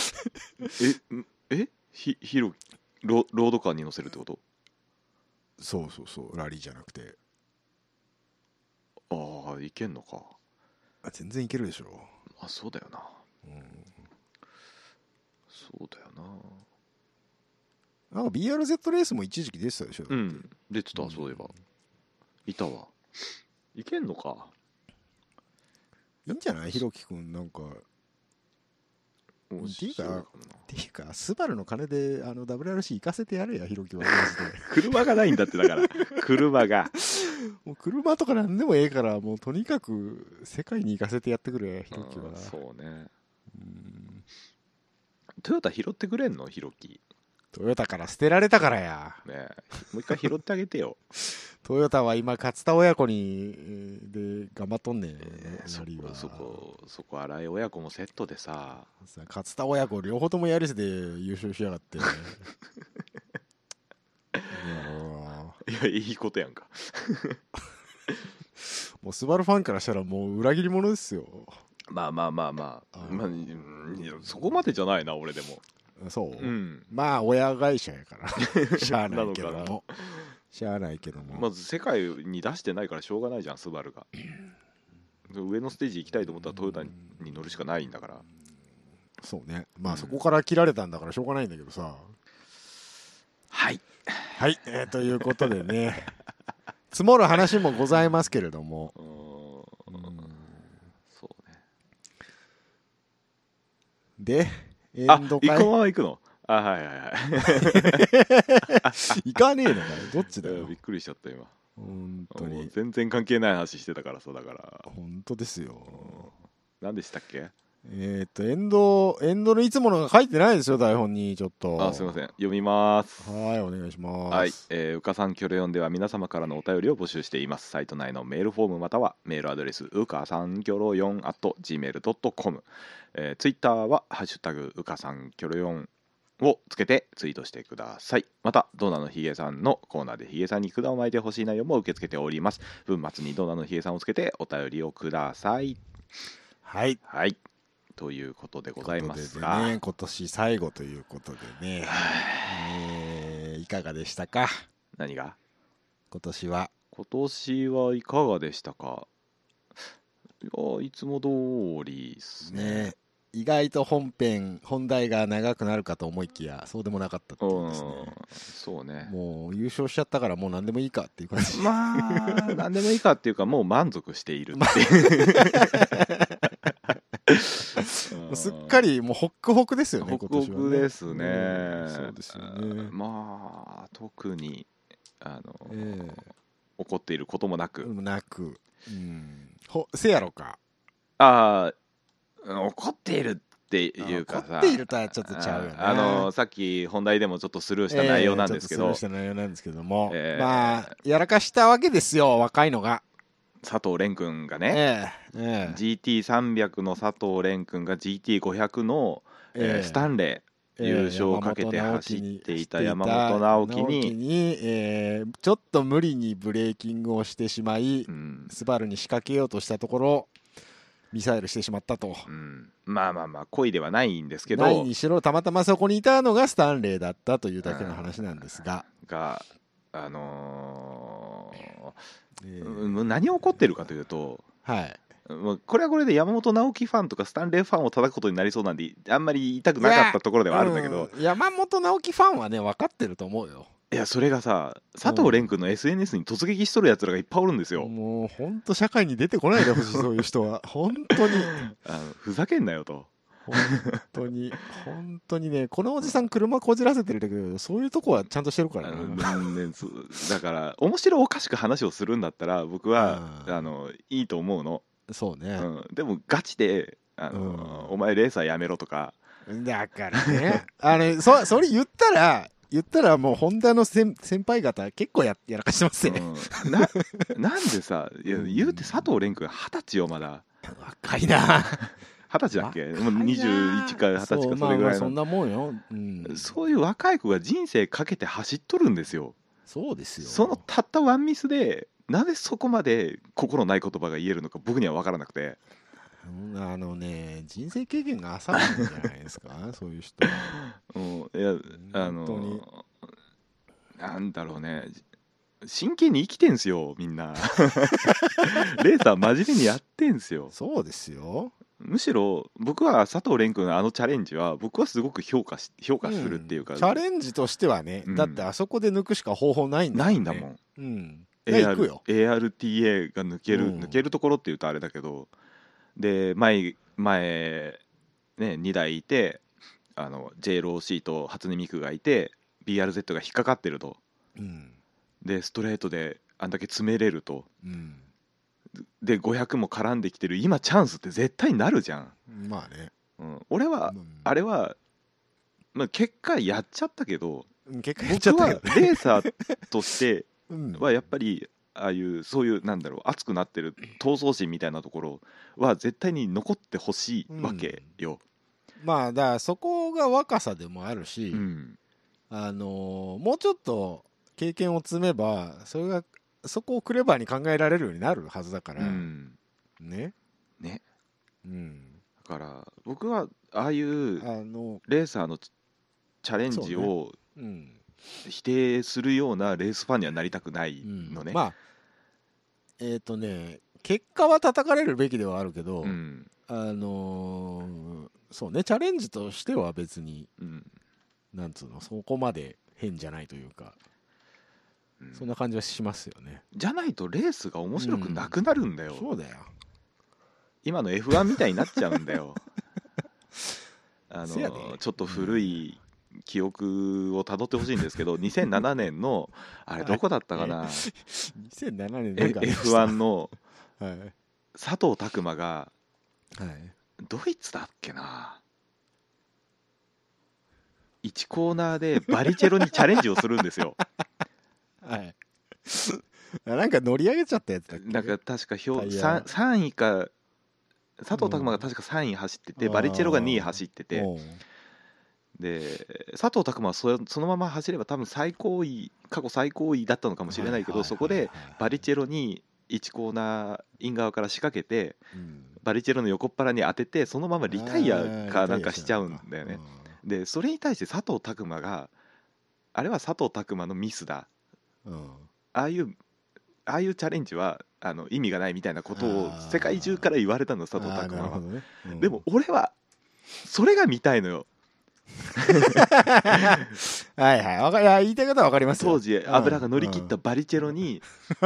Speaker 2: ひろきロードカーに乗せるってこと？
Speaker 1: そうそうそう、ラリーじゃなくて。
Speaker 2: ああ、いけんのか。
Speaker 1: 全然いけるでしょ。
Speaker 2: あ、そうだよな。そうだよ
Speaker 1: な。なんか BRZ レースも一時期出てたでしょ。
Speaker 2: 出てた、そういえば。いたわ。いけんのか。
Speaker 1: いいんじゃない、ひろきくん。なんかっていうかスバルの金でWRC 行かせてやれや、ひろきは。
Speaker 2: 車がないんだって。だから車が
Speaker 1: もう車とかなんでもええから、もうとにかく世界に行かせてやってくれ、ひろきは。
Speaker 2: そうね。トヨタ拾ってくれんの、ひろき。
Speaker 1: トヨタから捨てられたからや。
Speaker 2: ね、もう一回拾ってあげてよ。
Speaker 1: トヨタは今勝田親子にで頑張っとんねん。
Speaker 2: そこ荒井親子もセットでさ、
Speaker 1: 勝田親子両方ともヤリスで優勝しやがって。い
Speaker 2: や、いいことやんか。
Speaker 1: もうスバルファンからしたらもう裏切り者ですよ。
Speaker 2: まあ、そこまでじゃないな、俺でも。
Speaker 1: そう、まあ親会社やからしゃあないけども
Speaker 2: まず世界に出してないからしょうがないじゃん、スバルが。上のステージ行きたいと思ったらトヨタに乗るしかないんだから。
Speaker 1: そうね、まあそこから切られたんだからしょうがないんだけどさ。
Speaker 2: はい
Speaker 1: はい、ということでね積もる話もございますけれども、
Speaker 2: そうね。
Speaker 1: でエンド会、
Speaker 2: このまま行くの？はい
Speaker 1: 行かねえのかよ、どっちだよ。
Speaker 2: びっくりしちゃった今。
Speaker 1: 本当に
Speaker 2: 全然関係ない話してたからさ。だから
Speaker 1: 本当ですよ。
Speaker 2: 何でしたっけ？
Speaker 1: エンドのいつものが書いてないですよ、台本に。ちょっと
Speaker 2: すいません、読みます。
Speaker 1: はい、お願いします。
Speaker 2: はい、うかさんキョロ4では皆様からのお便りを募集しています。サイト内のメールフォームまたはメールアドレスうかさんキョロ4 @gmail.com、ツイッターはハッシュタグうかさんキョロ4をつけてツイートしてください。またドーナのひげさんのコーナーでひげさんに管を巻いてほしい内容も受け付けております。文末にドーナのひげさんをつけてお便りをください。
Speaker 1: はい
Speaker 2: ということでございますが、
Speaker 1: ね、今年最後ということでね、いかがでしたか？
Speaker 2: 何が？
Speaker 1: 今年はい
Speaker 2: かがでしたか？いつも通りですね。
Speaker 1: 意外と本題が長くなるかと思いきやそうでもなかったっていうですね。
Speaker 2: そうね。
Speaker 1: もう優勝しちゃったからもう何でもいいかっていう感じ。
Speaker 2: 何でもいいかっていうか、もう満足しているっていう
Speaker 1: すっかりもうホックホクですよね、
Speaker 2: ホックホクですね。
Speaker 1: そうですよね。
Speaker 2: まあ特に怒っていることもなく、
Speaker 1: せやろか。
Speaker 2: 怒っているっていうかさ、
Speaker 1: 怒っているとはちょっとちゃうよね。
Speaker 2: さっき本題でもちょっとスルーした内容なんですけど、
Speaker 1: まあやらかしたわけですよ、若いのが。
Speaker 2: 佐藤蓮君がね、GT300 の佐藤蓮君が GT500 の、スタンレー優勝をかけて走っていた山本直樹に、
Speaker 1: ちょっと無理にブレーキングをしてしまい、スバルに仕掛けようとしたところミサイルしてしまったと。
Speaker 2: まあ故意ではないんですけど、
Speaker 1: ないにしろたまたまそこにいたのがスタンレーだったというだけの話なんですが、
Speaker 2: 何を起こってるかというと、これはこれで山本直樹ファンとかスタンレーファンを叩くことになりそうなんであんまり言いたくなかったところではあるんだけど、
Speaker 1: 山本直樹ファンはね分かってると思うよ。
Speaker 2: いや、それがさ、佐藤蓮君の SNS に突撃しとるやつらがいっぱいおるんですよ。
Speaker 1: もう本当社会に出てこないでほしいそういう人は本当に
Speaker 2: ふざけんなよと。
Speaker 1: 本当にね、このおじさん車こじらせてるんだけど、そういうとこはちゃんとしてるからね。
Speaker 2: だから面白おかしく話をするんだったら僕はいいと思うの。
Speaker 1: そうね、
Speaker 2: でもガチでお前レーサーやめろとか、
Speaker 1: だからねそれ言ったらもうホンダの先輩方結構やらかしてますよね、
Speaker 2: なんでさ言うて佐藤蓮君20歳よまだ。
Speaker 1: 若いな
Speaker 2: 20歳だっけ、もう21か20歳かそれぐらいの、
Speaker 1: そんなもんよ、
Speaker 2: そういう若い子が人生かけて走っとるんですよ。
Speaker 1: そうですよ。
Speaker 2: そのたったワンミスでなぜそこまで心ない言葉が言えるのか僕には分からなくて、
Speaker 1: 人生経験が浅いんじゃないですかそういう人は。
Speaker 2: いや本当になんだろうね、真剣に生きてんすよみんなレーサー真面目にやってんすよ。
Speaker 1: そうですよ。
Speaker 2: むしろ僕は佐藤蓮君のチャレンジは僕はすごく評価するっていうか、
Speaker 1: チャレンジとしてはね、だってあそこで抜くしか方法ないんだもん、ね、
Speaker 2: ないんだもん、ARTA が抜けるところっていうとあれだけど、で前ね2台いてJLOC と初音ミクがいて BRZ が引っかかってると、でストレートであんだけ詰めれると、で500も絡んできてる今チャンスって絶対なるじゃん。
Speaker 1: まあね、
Speaker 2: 俺は、あれは、結果やっちゃったけど、
Speaker 1: 僕は
Speaker 2: レーサーとしてはやっぱりああいうそういうなんだろう熱くなってる闘争心みたいなところは絶対に残ってほしいわけよ、
Speaker 1: まあだからそこが若さでもあるし、もうちょっと経験を積めばそこをクレバーに考えられるようになるはずだから、ね、
Speaker 2: だから僕はああいうレーサーのチャレンジを否定するようなレースファンにはなりたくないのね。
Speaker 1: まあ結果は叩かれるべきではあるけど、そうね、チャレンジとしては別に、なんつうの、そこまで変じゃないというか、そんな感じはしますよね。
Speaker 2: じゃないとレースが面白くなくなるんだよ、
Speaker 1: そうだよ。
Speaker 2: 今の F1 みたいになっちゃうんだよちょっと古い記憶をたどってほしいんですけど2007年のあれどこだったかな
Speaker 1: 2007年
Speaker 2: F1 の
Speaker 1: はい、
Speaker 2: 佐藤拓磨が、
Speaker 1: はい、
Speaker 2: ドイツだっけな、1コーナーでバリチェロにチャレンジをするんですよ
Speaker 1: はいなんか乗り上げちゃったやつだっけ。
Speaker 2: なんか確か3位か佐藤拓磨が確か3位走ってて、バリチェロが2位走ってて、で佐藤拓磨はそのまま走れば多分過去最高位だったのかもしれないけど、そこでバリチェロに1コーナーイン側から仕掛けて、バリチェロの横っ腹に当ててそのままリタイアかなんかしちゃうんだよね。でそれに対して佐藤拓磨があれは佐藤拓磨のミスだ、ああいうチャレンジは意味がないみたいなことを世界中から言われたの佐藤拓磨は、でも俺はそれが見たいのよ
Speaker 1: はいはい、いや言いたいことは分かりますよ。
Speaker 2: 当時油が乗り切ったバリチェロに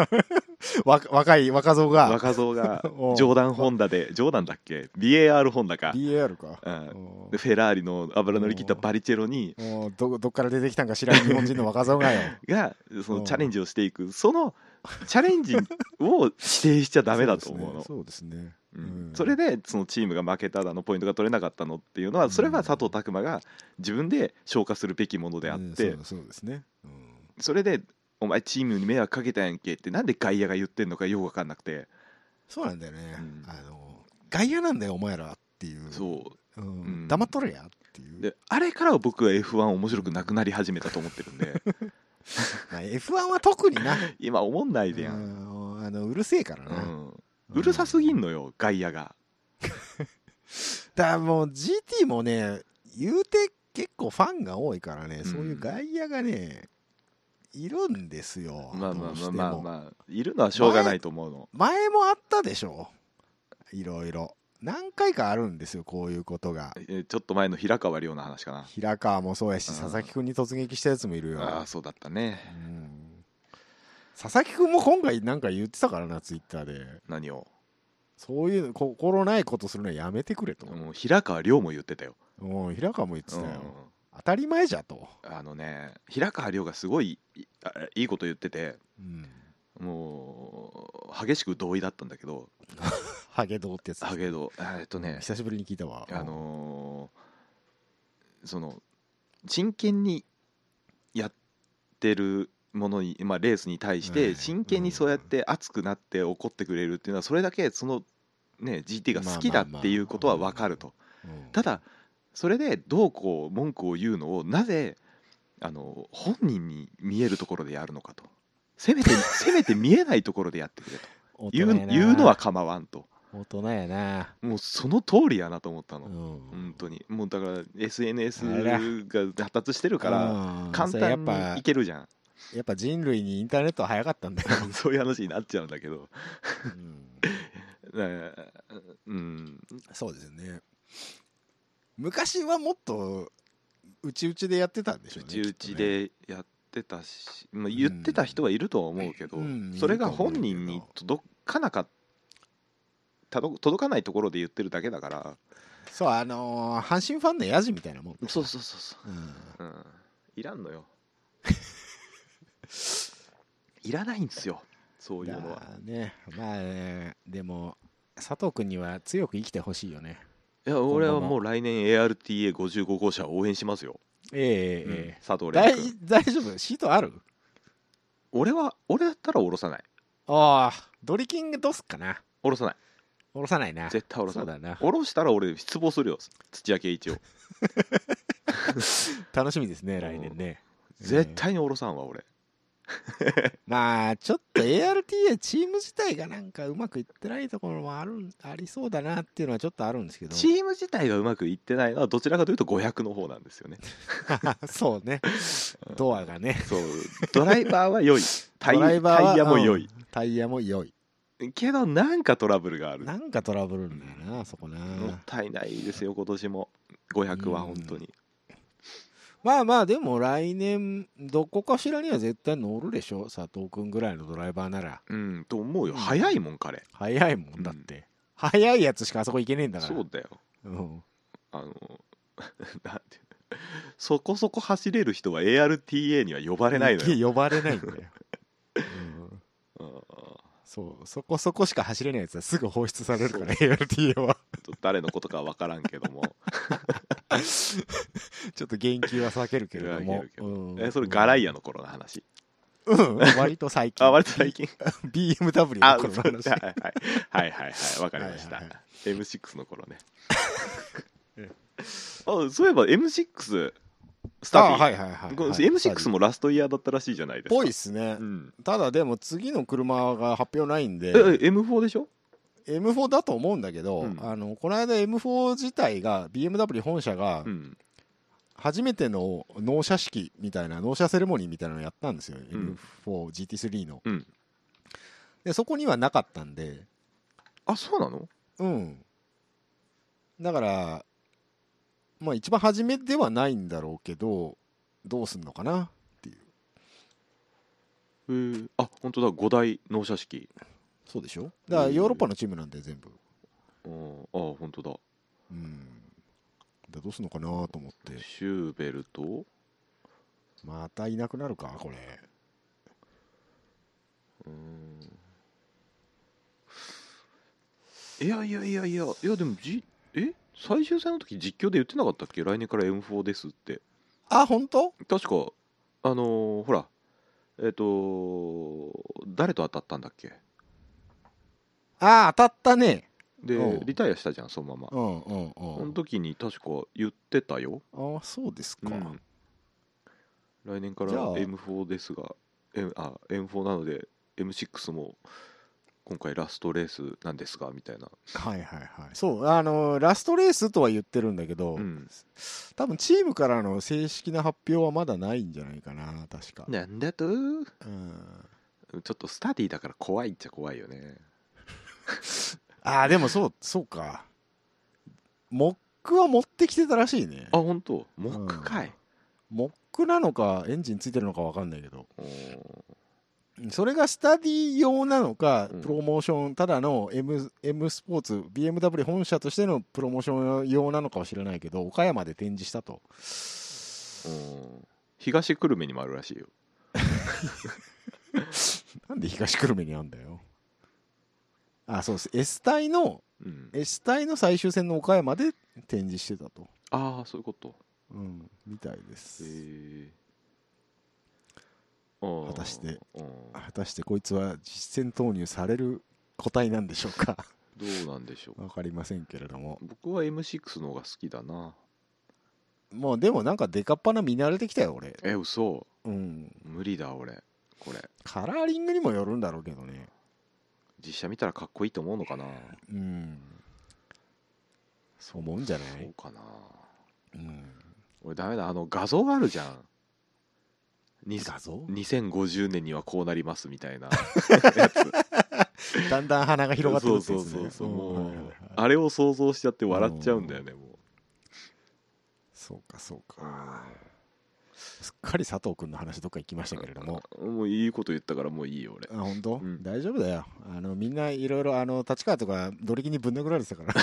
Speaker 1: 若造が
Speaker 2: ジョーダンホンダでジョーダンだっけ BAR ホンダか
Speaker 1: BAR か、
Speaker 2: でフェラーリの油乗り切ったバリチェロに
Speaker 1: どっから出てきたんか知らん日本人の若造がよ
Speaker 2: そのチャレンジをしていく、そのチャレンジを否定しちゃダメだと思うの。
Speaker 1: そうですね。
Speaker 2: それでそのチームが負けただのポイントが取れなかったのっていうのは、それは佐藤拓磨が自分で消化するべきものであって、
Speaker 1: そうですね。
Speaker 2: それでお前チームに迷惑かけたやんけってなんで外野が言ってんのかよく分かんなくて。
Speaker 1: そうなんだよね、外野なんだよお前らっていう。
Speaker 2: そう、
Speaker 1: 黙っとれやっていう。
Speaker 2: であれからは僕は F1 面白くなくなり始めたと思ってるんで
Speaker 1: F1 は特にな
Speaker 2: 今思んないでやん、
Speaker 1: うるせえからな、
Speaker 2: うるさすぎんのよ外野が
Speaker 1: だからもう GT もね言うて結構ファンが多いからね、そういう外野がねいるんですよ。
Speaker 2: まあいるのはしょうがないと思うの。
Speaker 1: 前もあったでしょ、いろいろ何回かあるんですよこういうことが。
Speaker 2: ちょっと前の平川亮の話かな。
Speaker 1: 平川もそうやし、佐々木君に突撃したやつもいるよ。
Speaker 2: ああそうだったね、
Speaker 1: 佐々木君も今回なんか言ってたからなツイッターで。
Speaker 2: 何を？
Speaker 1: そういう心ないことするのはやめてくれと。
Speaker 2: もう平川亮も言ってたよ。
Speaker 1: 平川も言ってたよ、当たり前じゃと。
Speaker 2: 平川亮がすごいいいこと言ってて、もう激しく同意だったんだけど
Speaker 1: ハゲドウってやつです、
Speaker 2: ハゲドウ久し
Speaker 1: ぶりに聞いたわ。
Speaker 2: その真剣にやってるものに、まあ、レースに対して真剣にそうやって熱くなって怒ってくれるっていうのは、それだけそのね GT が好きだっていうことは分かると。ただそれでどうこう文句を言うのをなぜ本人に見えるところでやるのかと。せめて見えないところでやってくれと言うのは構わんと。
Speaker 1: 大人やな。
Speaker 2: もうその通りやなと思ったの、本当に。もうだから SNS が発達してるから簡単にいけるじゃん。
Speaker 1: やっぱ人類にインターネットは早かったんだよ
Speaker 2: そういう話になっちゃうんだけど
Speaker 1: そうですね。昔はもっと内々でやってたんでしょうね。
Speaker 2: 内々でやってたし、まあ、言ってた人はいるとは思うけど、それが本人に届かないところで言ってるだけだから。
Speaker 1: そう、阪神ファンのヤジみたいなもん。
Speaker 2: そう、いらんのよいらないんですよ、そういうのは
Speaker 1: ね。まあね、でも佐藤君には強く生きてほしいよね。
Speaker 2: いや、俺はもう来年 ARTA55 号車を応援しますよ。佐藤蓮君
Speaker 1: 大丈夫？シートある？
Speaker 2: 俺だったら下ろさない。
Speaker 1: ああ、ドリキングどうすっかな。
Speaker 2: 下ろさない。
Speaker 1: 下ろさないな。
Speaker 2: 絶対下ろさない。下ろしたら俺失望するよ、土屋圭一を
Speaker 1: 楽しみですね、来年ね。
Speaker 2: 絶対に下ろさんわ俺
Speaker 1: まあちょっと ARTA チーム自体がなんかうまくいってないところもありそうだなっていうのはちょっとあるんですけど、
Speaker 2: チーム自体がうまくいってないのはどちらかというと500の方なんですよね
Speaker 1: そうね、ドアがね、
Speaker 2: そう、ドライバーは良い、タイヤも良い、
Speaker 1: タイヤも良い
Speaker 2: けどなんかトラブルがある。
Speaker 1: なんかトラブルんだよな、そこな。
Speaker 2: もったいないですよ今年も500は本当に。
Speaker 1: まあまあでも来年どこかしらには絶対乗るでしょ、佐藤君ぐらいのドライバーなら。
Speaker 2: と思うよ。早いもん彼。
Speaker 1: 早いもんだって、早いやつしかあそこ行けねえんだから。
Speaker 2: そうだよ。なんてそこそこ走れる人は ARTA には呼ばれないのよ。
Speaker 1: 呼ばれないんだよそう、そこそこしか走れないやつはすぐ放出されるから ARTA は
Speaker 2: 誰のことかは分からんけども
Speaker 1: ちょっと言及は避けるけれども、
Speaker 2: それガライアの頃の話。
Speaker 1: 割と最近。
Speaker 2: 割と最近
Speaker 1: BMW の頃の話。
Speaker 2: はい分かりました。M6 の頃ねそういえば M6 スタディ、M6 もラストイヤーだったらしいじゃないですか。
Speaker 1: ぽいっすね、ただでも次の車が発表ないんで。
Speaker 2: M4 でしょ。
Speaker 1: M4 だと思うんだけど、この間 M4 自体が BMW 本社が初めての納車式みたいな、納車セレモニーみたいなのをやったんですよ、M4GT3 の、でそこにはなかったんで。
Speaker 2: あ、そうなの。
Speaker 1: だからまあ一番初めではないんだろうけど、どうすんのかなって
Speaker 2: いう。あ、本当だ、5台納車式。
Speaker 1: そうでしょ。だからヨーロッパのチームなんで全部。
Speaker 2: 本当だ。
Speaker 1: どうすんのかなと思って。
Speaker 2: シューベルト
Speaker 1: またいなくなるかこれ。
Speaker 2: いやでも最終戦の時実況で言ってなかったっけ、来年から M4 ですって。
Speaker 1: あ、本当？
Speaker 2: 確かほら誰と当たったんだっけ。
Speaker 1: 当たったね。
Speaker 2: でリタイアしたじゃんそのまま。その時に確か言ってたよ。
Speaker 1: あ、そうですか。
Speaker 2: 来年から M4 ですが、M4 なので M6 も今回ラストレースなんですがみたいな。そう
Speaker 1: ラストレースとは言ってるんだけど、多分チームからの正式な発表はまだないんじゃないかな、確か。
Speaker 2: なんだと、ちょっとスタディだから怖いっちゃ怖いよね
Speaker 1: でもそうか、モックは持ってきてたらしいね。
Speaker 2: あ、本当。モックかい。
Speaker 1: モックなのかエンジンついてるのか分かんないけど、それがスタディ用なのか、プロモーションただの M スポーツ BMW 本社としてのプロモーション用なのかは知らないけど、岡山で展示したと。
Speaker 2: 東久留米にもあるらしいよ
Speaker 1: なんで東久留米にあるんだよ。そうです。S 隊の最終戦の岡山で展示してたと。
Speaker 2: そういうこと。
Speaker 1: みたいです。
Speaker 2: 果
Speaker 1: たしてこいつは実戦投入される個体なんでしょうか。
Speaker 2: どうなんでしょう。
Speaker 1: わかりませんけれども、
Speaker 2: 僕は M6 の方が好きだな。
Speaker 1: もうでもなんかデカッパな見慣れてきたよ俺。
Speaker 2: 嘘。無理だ俺これ。
Speaker 1: カラーリングにもよるんだろうけどね。
Speaker 2: 実写見たらかっこいいと思うのかな。
Speaker 1: そう思うんじゃない。
Speaker 2: そうかな。俺ダメだ、画像があるじゃん。
Speaker 1: 画像
Speaker 2: 2050年にはこうなりますみたいなやつ。
Speaker 1: だんだん鼻が広がってくるんですね。
Speaker 2: そうもうあれを想像しちゃって笑っちゃうんだよねもう。
Speaker 1: そうかすっかり佐藤君の話どっか行きましたけれども、
Speaker 2: もういいこと言ったからもういいよ俺。
Speaker 1: 本当、大丈夫だよ。みんないろいろ立川とかドリキにぶん殴られてたから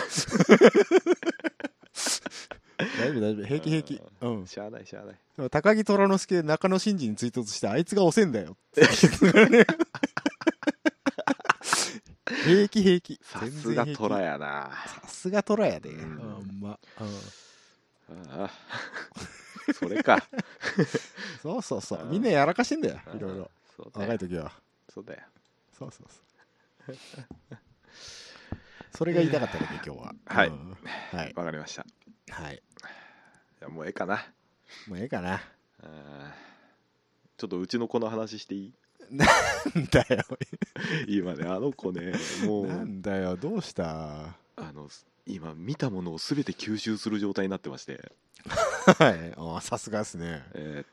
Speaker 1: 大丈夫平気。
Speaker 2: しゃあない
Speaker 1: 高木虎之助中野真司に追突してあいつが遅いんだよ平気。
Speaker 2: さすが虎やな。
Speaker 1: さすが虎やで。
Speaker 2: それか
Speaker 1: そうみんなやらかしてんだよいろいろ。若い時は
Speaker 2: そうだよ。
Speaker 1: そうそれが言いたかったので今日は。
Speaker 2: はいわかりました。
Speaker 1: はい。
Speaker 2: じゃあもうええかな。ちょっとうちの子の話していい？
Speaker 1: なんだよ
Speaker 2: 今ね子ねもう
Speaker 1: なんだよどうした？
Speaker 2: 今見たものを全て吸収する状態になってまして。
Speaker 1: はい。さすがですね。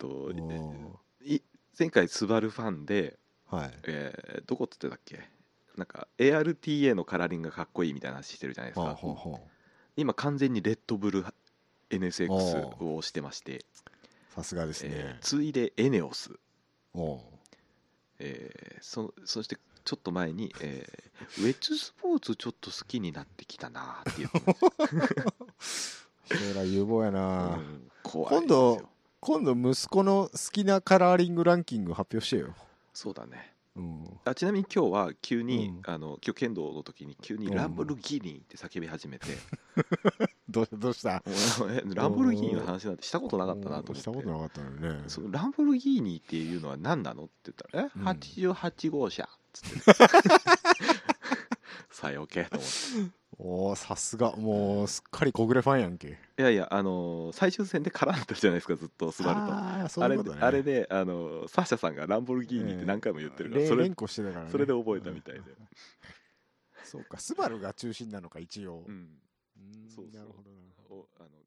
Speaker 2: 前回スバルファンで、どこっつってたっけ、なんか ARTA のカラーリングがかっこいいみたいな話してるじゃないですか。今完全にレッドブル NSX をしてまして、
Speaker 1: さすがですね。
Speaker 2: 次いでエネオス、そしてちょっと前に、ウェッジスポーツちょっと好きになってきたなっていう
Speaker 1: 将来有望やな。
Speaker 2: 怖い。
Speaker 1: 今度息子の好きなカラーリングランキング発表してよ。
Speaker 2: そうだね。ちなみに今日は急に、今日剣道の時に急にランボルギーニって叫び始めて、
Speaker 1: どうした
Speaker 2: ランボルギーニの話なんてしたことなかったなと思って。
Speaker 1: したことなかったのね。
Speaker 2: そのランボルギーニっていうのは何なのって言ったら88号車っつってさよけと思って。
Speaker 1: さすがもうすっかり小暮ファンやんけ。
Speaker 2: いや最終戦で絡んでるじゃないですかずっとスバルと。あれでサッシャさんがランボルギーニって何回も言ってるから、
Speaker 1: 連呼してたからね。
Speaker 2: それで覚えたみたいで。
Speaker 1: そうかスバルが中心なのか一応。
Speaker 2: そう
Speaker 1: なるほどな。